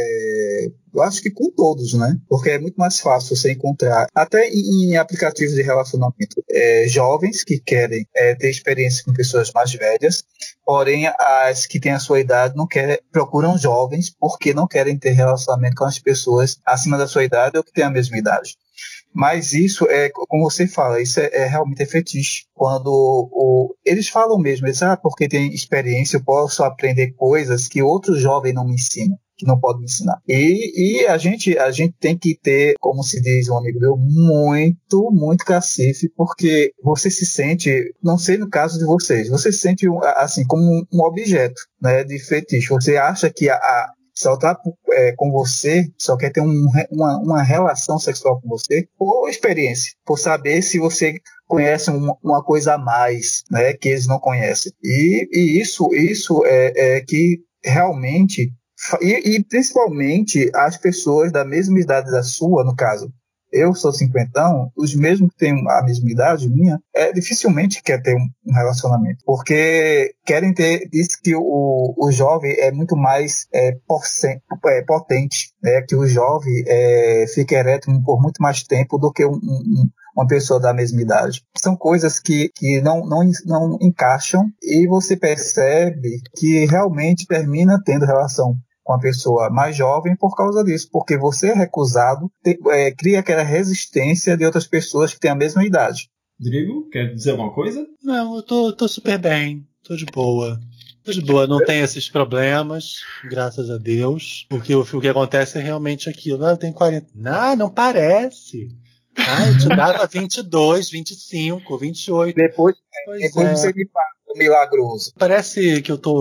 é, eu acho que com todos, né? Porque é muito mais fácil você encontrar, até em, em aplicativos de relacionamento, é, jovens que querem é, ter experiência com pessoas mais velhas, porém as que têm a sua idade não querem, procuram jovens porque não querem ter relacionamento com as pessoas acima da sua idade ou que têm a mesma idade. Mas isso é, como você fala, isso é, é realmente é fetiche. Quando o, eles falam mesmo, eles, ah, porque tem experiência, eu posso aprender coisas que outro jovem não me ensina, que não pode me ensinar. E, e a, gente, a gente tem que ter, como se diz um amigo meu, muito, muito cacife, porque você se sente, não sei no caso de vocês, você se sente assim como um, um objeto, né, de fetiche. Você acha que a, a só tá é, com você, só quer ter um, uma, uma relação sexual com você, por experiência, por saber se você conhece uma, uma coisa a mais, né, que eles não conhecem. E, e isso, isso é, é que realmente, e, e principalmente as pessoas da mesma idade da sua, no caso, eu sou cinquentão, os mesmos que têm a mesma idade minha, é, dificilmente quer ter um, um relacionamento, porque querem ter, diz que o, o jovem é muito mais é, porcent, é, potente, né, que o jovem é, fica ereto por muito mais tempo do que um, um, uma pessoa da mesma idade. São coisas que, que não, não, não encaixam e você percebe que realmente termina tendo relação com a pessoa mais jovem por causa disso, porque você é recusado, te, é, cria aquela resistência de outras pessoas que têm a mesma idade. Rodrigo, quer dizer alguma coisa? Não, eu tô, tô super bem, tô de boa. Tô de boa, não tem esses problemas, graças a Deus. Porque o, o que acontece é realmente aquilo. Ah, eu tenho quarenta. Não, não parece. Ah, eu te dava vinte e dois, vinte e cinco, vinte e oito. Depois, pois depois é. você me fala o milagroso. Parece que eu tô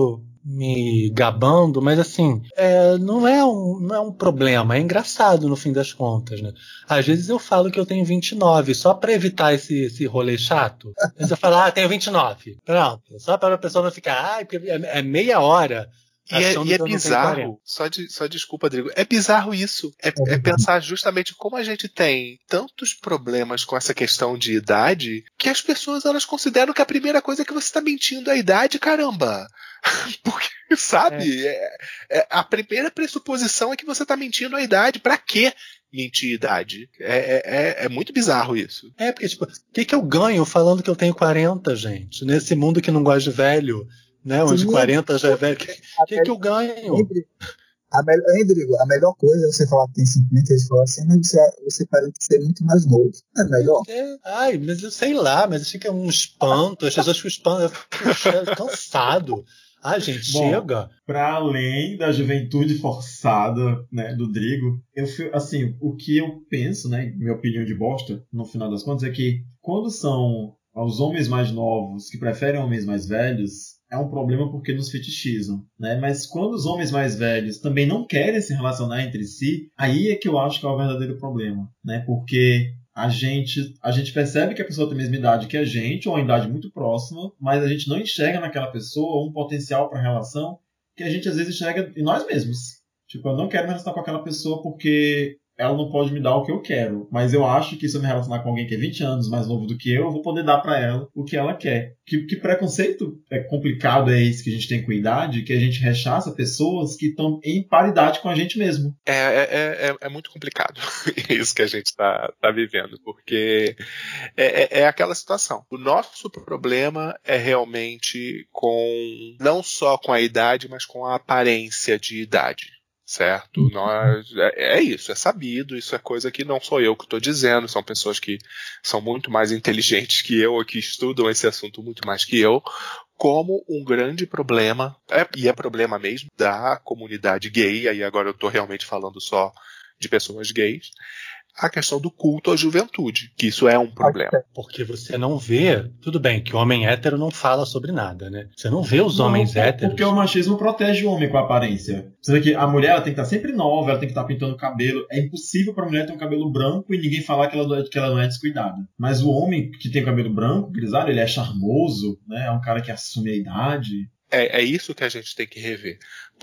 me gabando, mas assim, é, não, é um, não é um problema, é engraçado no fim das contas, né? Às vezes eu falo que eu tenho vinte e nove, só para evitar esse, esse rolê chato. Às vezes eu falo, ah, tenho vinte e nove. Pronto, só para a pessoa não ficar, ah, porque é, é meia hora. E é, e é bizarro, só, de, só desculpa, Rodrigo, é bizarro isso. É, é pensar justamente como a gente tem tantos problemas com essa questão de idade que as pessoas elas consideram que a primeira coisa é que você está mentindo é a idade, caramba. Porque, sabe, é. É, é, a primeira pressuposição é que você está mentindo a idade. Pra quê? Mentir idade. É, é, é muito bizarro isso. É, porque, tipo, o que, que eu ganho falando que eu tenho quarenta, gente? Nesse mundo que não gosta de velho. Né, onde Sim, quarenta já é velho. O que, que, que eu ganho? A, me, Rodrigo, a melhor coisa é você falar que tem cinquenta, eles falam assim, mas você, você parece ser muito mais novo. É melhor. É, ai, mas eu sei lá, mas achei que é um espanto. As pessoas ficam espanto, eu fico cansado. Ai, gente, Bom, chega. Para além da juventude forçada, né, do Drigo, eu assim, o que eu penso, né, minha opinião de bosta, no final das contas, é que quando são os homens mais novos que preferem homens mais velhos, é um problema porque nos fetichizam, né? Mas quando os homens mais velhos também não querem se relacionar entre si, aí é que eu acho que é o verdadeiro problema, né? Porque a gente, a gente percebe que a pessoa tem a mesma idade que a gente, ou uma idade muito próxima, mas a gente não enxerga naquela pessoa um potencial para a relação que a gente às vezes enxerga em nós mesmos. Tipo, eu não quero me relacionar com aquela pessoa porque ela não pode me dar o que eu quero, mas eu acho que se eu me relacionar com alguém que é vinte anos mais novo do que eu, eu vou poder dar pra ela o que ela quer. Que, que preconceito é complicado é esse que a gente tem com a idade, que a gente rechaça pessoas que estão em paridade com a gente mesmo. É, é, é, é muito complicado isso que a gente tá, tá vivendo, porque é, é, é aquela situação. O nosso problema é realmente com, não só com a idade, mas com a aparência de idade. Certo? Nós, é, é isso, é sabido, isso é coisa que não sou eu que estou dizendo, são pessoas que são muito mais inteligentes que eu, ou que estudam esse assunto muito mais que eu, como um grande problema, é, e é problema mesmo, da comunidade gay, aí agora eu estou realmente falando só de pessoas gays, a questão do culto à juventude, que isso é um problema. Porque você não vê, tudo bem, que o homem hétero não fala sobre nada, né? Você não vê os não, homens héteros. Porque o machismo protege o homem com a aparência. Você vê que a mulher ela tem que estar sempre nova, ela tem que estar pintando o cabelo. É impossível para a mulher ter um cabelo branco e ninguém falar que ela, que ela não é descuidada. Mas o homem que tem cabelo branco, grisalho, ele é charmoso, né? É um cara que assume a idade. É, é isso que a gente tem que rever.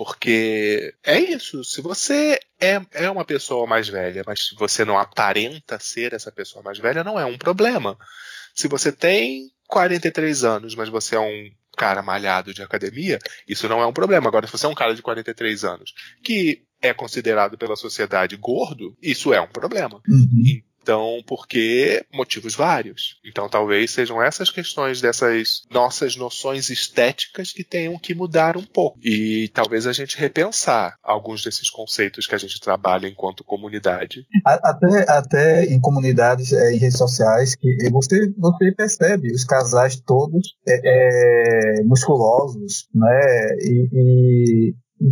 Porque é isso. Se você é, é uma pessoa mais velha, mas você não aparenta ser essa pessoa mais velha, não é um problema. Se você tem quarenta e três anos, mas você é um cara malhado de academia, isso não é um problema. Agora, se você é um cara de quarenta e três anos que é considerado pela sociedade gordo, isso é um problema. Uhum. Então, porque motivos vários. Então, talvez sejam essas questões dessas nossas noções estéticas que tenham que mudar um pouco. E talvez a gente repensar alguns desses conceitos que a gente trabalha enquanto comunidade. Até, até em comunidades, é, em redes sociais, que você, você percebe os casais todos é, é, musculosos, né? E, e,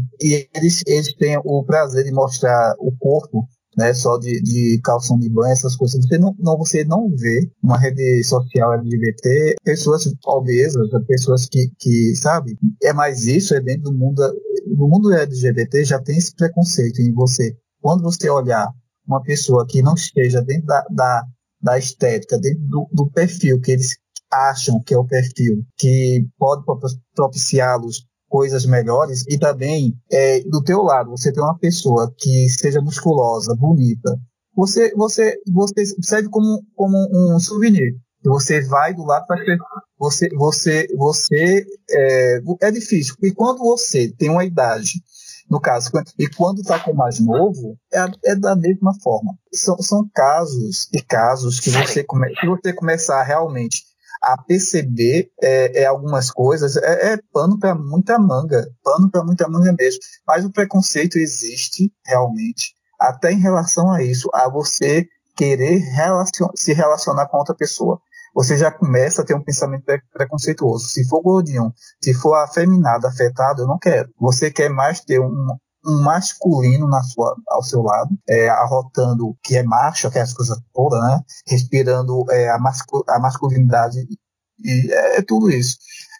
e eles, eles têm o prazer de mostrar o corpo, né, só de, de calção de banho, essas coisas. Você não, não, você não vê uma rede social L G B T, pessoas obesas, pessoas que, que, sabe, é mais isso, é dentro do mundo, do mundo L G B T já tem esse preconceito em você. Quando você olhar uma pessoa que não esteja dentro da, da, da estética, dentro do, do perfil que eles acham que é o perfil, que pode propiciá-los coisas melhores, e também é, do teu lado você tem uma pessoa que seja musculosa, bonita, você, você, você serve como, como um souvenir. Você vai do lado para você, você, você é, é difícil, porque quando você tem uma idade, no caso, e quando está com o mais novo, é, é da mesma forma. São, são casos e casos que você, come, que você começar realmente a perceber é, é, algumas coisas, é, é pano para muita manga, pano para muita manga mesmo. Mas o preconceito existe realmente, até em relação a isso, a você querer relacion- se relacionar com outra pessoa. Você já começa a ter um pensamento pre- preconceituoso. Se for gordinho, se for afeminado, afetado, eu não quero. Você quer mais ter um, um masculino na sua, ao seu lado, é, arrotando que é macho, aquelas coisas todas, né? Respirando é, a, mascu- a masculinidade, e é, é tudo isso.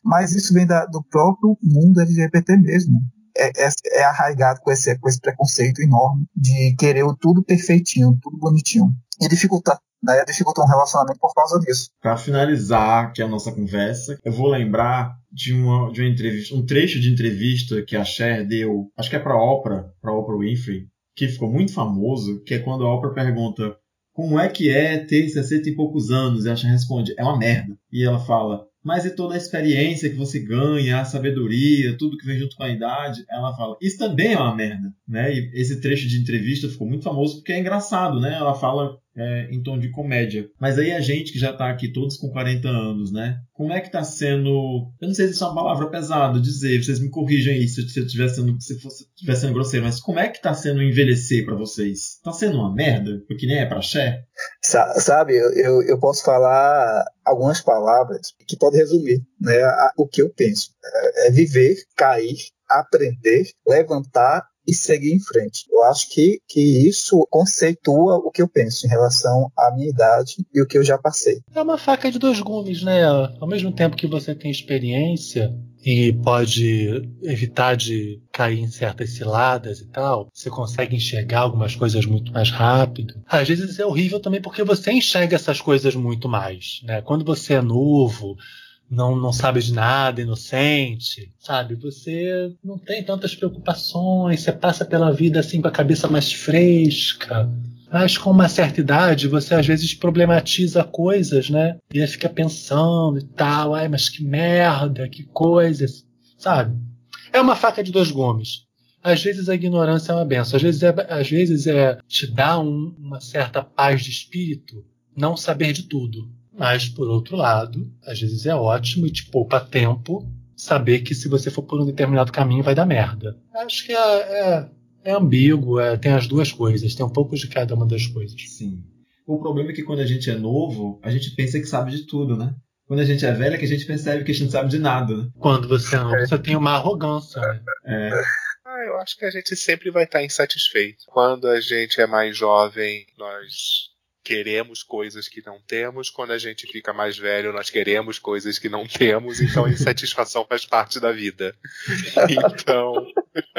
Mas isso vem da, do próprio mundo L G B T mesmo. É, é, é arraigado com esse, com esse preconceito enorme de querer o tudo perfeitinho, tudo bonitinho. E dificulta, né, dificulta um relacionamento por causa disso. Para finalizar aqui a nossa conversa, eu vou lembrar de uma, de uma entrevista, um trecho de entrevista que a Cher deu, acho que é para a Oprah, para Oprah Winfrey, que ficou muito famoso, que é quando a Oprah pergunta como é que é ter sessenta e poucos anos, e a Cher responde, é uma merda. E ela fala, mas e toda a experiência que você ganha, a sabedoria, tudo que vem junto com a idade, ela fala, isso também é uma merda, né? E esse trecho de entrevista ficou muito famoso porque é engraçado, né? Ela fala é, em tom de comédia. Mas aí a gente que já tá aqui todos com quarenta anos, né? Como é que tá sendo... Eu não sei se isso é uma palavra pesada dizer, vocês me corrijam aí se eu estiver sendo, se fosse, estiver sendo grosseiro, mas como é que tá sendo envelhecer pra vocês? Tá sendo uma merda? Porque nem é pra Cher? Sa- sabe, eu, eu, eu posso falar algumas palavras que podem resumir, né, a, o que eu penso. É, é viver, cair, aprender, levantar e seguir em frente. Eu acho que, que isso conceitua o que eu penso em relação à minha idade e o que eu já passei. É uma faca de dois gumes, né? Ao mesmo tempo que você tem experiência e pode evitar de cair em certas ciladas e tal, você consegue enxergar algumas coisas muito mais rápido. Às vezes é horrível também porque você enxerga essas coisas muito mais, né? Quando você é novo, não, não sabe de nada, inocente, sabe? Você não tem tantas preocupações, você passa pela vida assim com a cabeça mais fresca. Mas com uma certa idade, você às vezes problematiza coisas, né? E aí fica pensando e tal, ai, mas que merda, que coisas, sabe? É uma faca de dois gumes. Às vezes a ignorância é uma benção, às vezes é, às vezes é te dar um, uma certa paz de espírito, não saber de tudo. Mas, por outro lado, às vezes é ótimo e te poupa tempo saber que se você for por um determinado caminho vai dar merda. Acho que é, é, é ambíguo, é, tem as duas coisas, tem um pouco de cada uma das coisas. Sim. O problema é que quando a gente é novo, a gente pensa que sabe de tudo, né? Quando a gente é velho é que a gente percebe que a gente não sabe de nada, né? Quando você é novo, você tem uma arrogância, né? É. Ah, eu acho que a gente sempre vai estar insatisfeito. Quando a gente é mais jovem, nós queremos coisas que não temos. Quando a gente fica mais velho, nós queremos coisas que não temos. Então a insatisfação faz parte da vida. Então...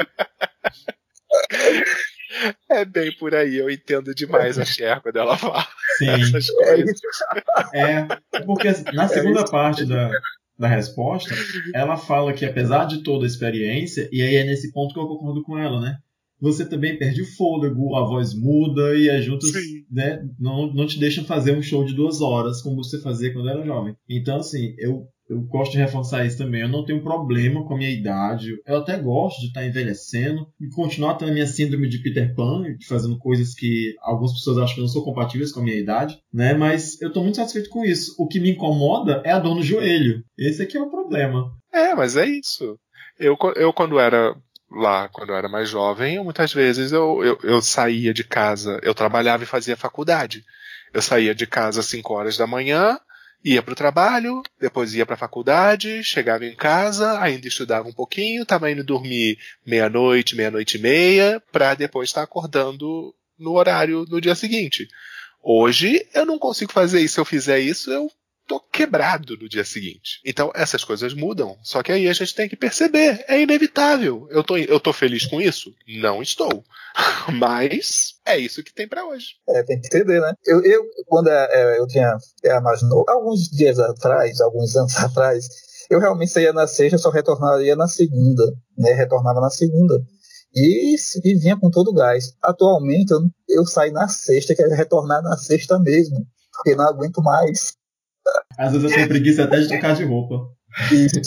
é bem por aí. Eu entendo demais a Cher quando ela fala essas coisas. É, porque na segunda parte da, da resposta, ela fala que apesar de toda a experiência, e aí é nesse ponto que eu concordo com ela, né? Você também perde o fôlego, a voz muda e as juntas, né, não, não te deixam fazer um show de duas horas como você fazia quando era jovem. Então, assim, eu, eu gosto de reforçar isso também. Eu não tenho problema com a minha idade. Eu até gosto de estar envelhecendo e continuar tendo a minha síndrome de Peter Pan, fazendo coisas que algumas pessoas acham que não são compatíveis com a minha idade, né? Mas eu estou muito satisfeito com isso. O que me incomoda é a dor no joelho. Esse aqui é o problema. É, mas é isso. Eu, eu quando era... lá, quando eu era mais jovem, eu, muitas vezes eu, eu, eu saía de casa, eu trabalhava e fazia faculdade. Eu saía de casa às cinco horas da manhã, ia para o trabalho, depois ia para a faculdade, chegava em casa, ainda estudava um pouquinho, estava indo dormir meia-noite, meia-noite e meia, para depois estar acordando no horário no dia seguinte. Hoje, eu não consigo fazer isso. Se eu fizer isso, eu tô quebrado no dia seguinte. Então, essas coisas mudam. Só que aí a gente tem que perceber. É inevitável. Eu tô, eu tô feliz com isso? Não estou. Mas é isso que tem pra hoje. É, tem que entender, né? Eu, eu quando é, eu tinha era mais novo, alguns dias atrás, alguns anos atrás, eu realmente saía na sexta, só retornaria na segunda, né? Retornava na segunda. E, e vinha com todo o gás. Atualmente, eu, eu saio na sexta, quero retornar na sexta mesmo, porque não aguento mais. Às vezes eu tenho preguiça até de trocar de roupa. Isso.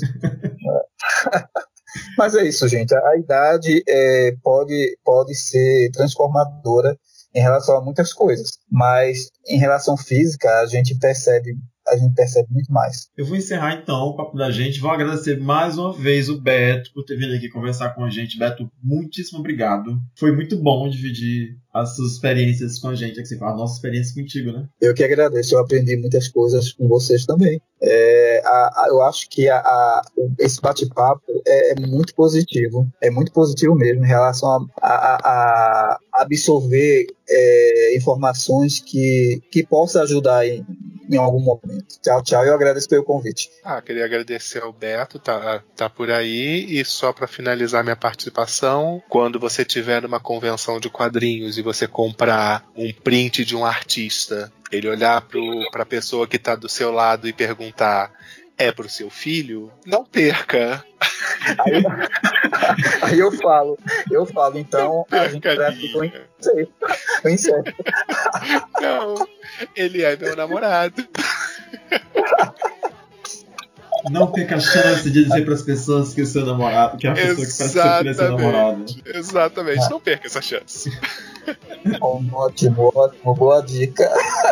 Mas é isso, gente. A idade é, pode, pode ser transformadora em relação a muitas coisas. Mas em relação física, a gente percebe, a gente percebe muito mais. Eu vou encerrar então o papo da gente. Vou agradecer mais uma vez o Beto por ter vindo aqui conversar com a gente. Beto, muitíssimo obrigado. Foi muito bom dividir as suas experiências com a gente, é que você fala, a nossa experiência contigo, né? Eu que agradeço, eu aprendi muitas coisas com vocês também. É, a, a, eu acho que a, a, esse bate-papo é, é muito positivo, é muito positivo mesmo em relação a, a, a absorver é, informações que, que possam ajudar em, em algum momento. Tchau, tchau, eu agradeço pelo convite. Ah, queria agradecer ao Beto, tá, tá por aí, e só para finalizar minha participação, quando você tiver numa convenção de quadrinhos e você comprar um print de um artista, ele olhar para a pessoa que está do seu lado e perguntar: é pro seu filho? Não perca. Aí, aí eu falo, eu falo, então a gente ficou em certo. Não, ele é meu namorado. Não perca a chance de dizer para as pessoas que o seu namorado, que é a pessoa que parece que seu filho é seu namorado. Exatamente, não perca essa chance. Ótimo, ótimo, boa dica.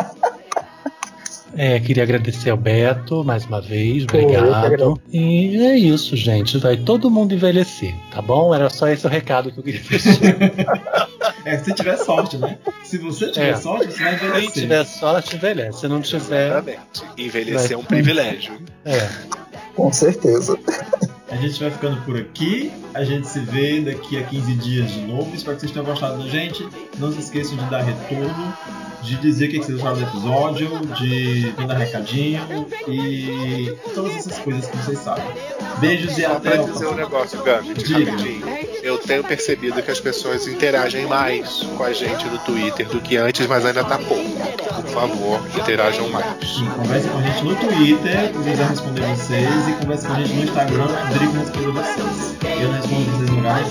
É, queria agradecer ao Beto mais uma vez, obrigado. E é isso, gente. Vai todo mundo envelhecer, tá bom? Era só esse o recado que eu queria deixar. É, se tiver sorte, né? Se você tiver é. sorte, você vai envelhecer. Se tiver sorte, envelhece. Se não tiver. Exatamente. Envelhecer vai... é um privilégio. É. Com certeza. A gente vai ficando por aqui. A gente se vê daqui a quinze dias de novo. Espero que vocês tenham gostado da gente. Não se esqueçam de dar retorno, de dizer o que vocês acharam do episódio, de mandar recadinho e todas essas coisas que vocês sabem. Beijos e Só até pra o dizer um negócio, Gambit, rapidinho. Eu tenho percebido que as pessoas interagem mais com a gente no Twitter do que antes, mas ainda tá pouco. Por favor, interajam mais. Sim, converse com a gente no Twitter, o Luiz vai responder vocês, e converse com a gente no Instagram, o Rodrigo vai responder vocês. Eu não respondo vocês no lugar.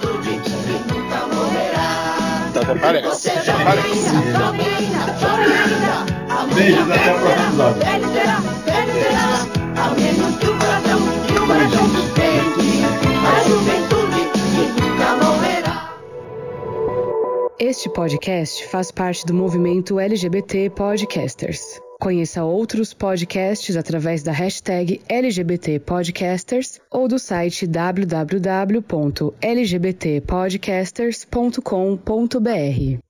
Então até parece. Até parece. Beijos, até o próximo episódio. Este podcast faz parte do movimento L G B T Podcasters. Conheça outros podcasts através da hashtag L G B T Podcasters ou do site w w w ponto l g b t podcasters ponto com ponto b r.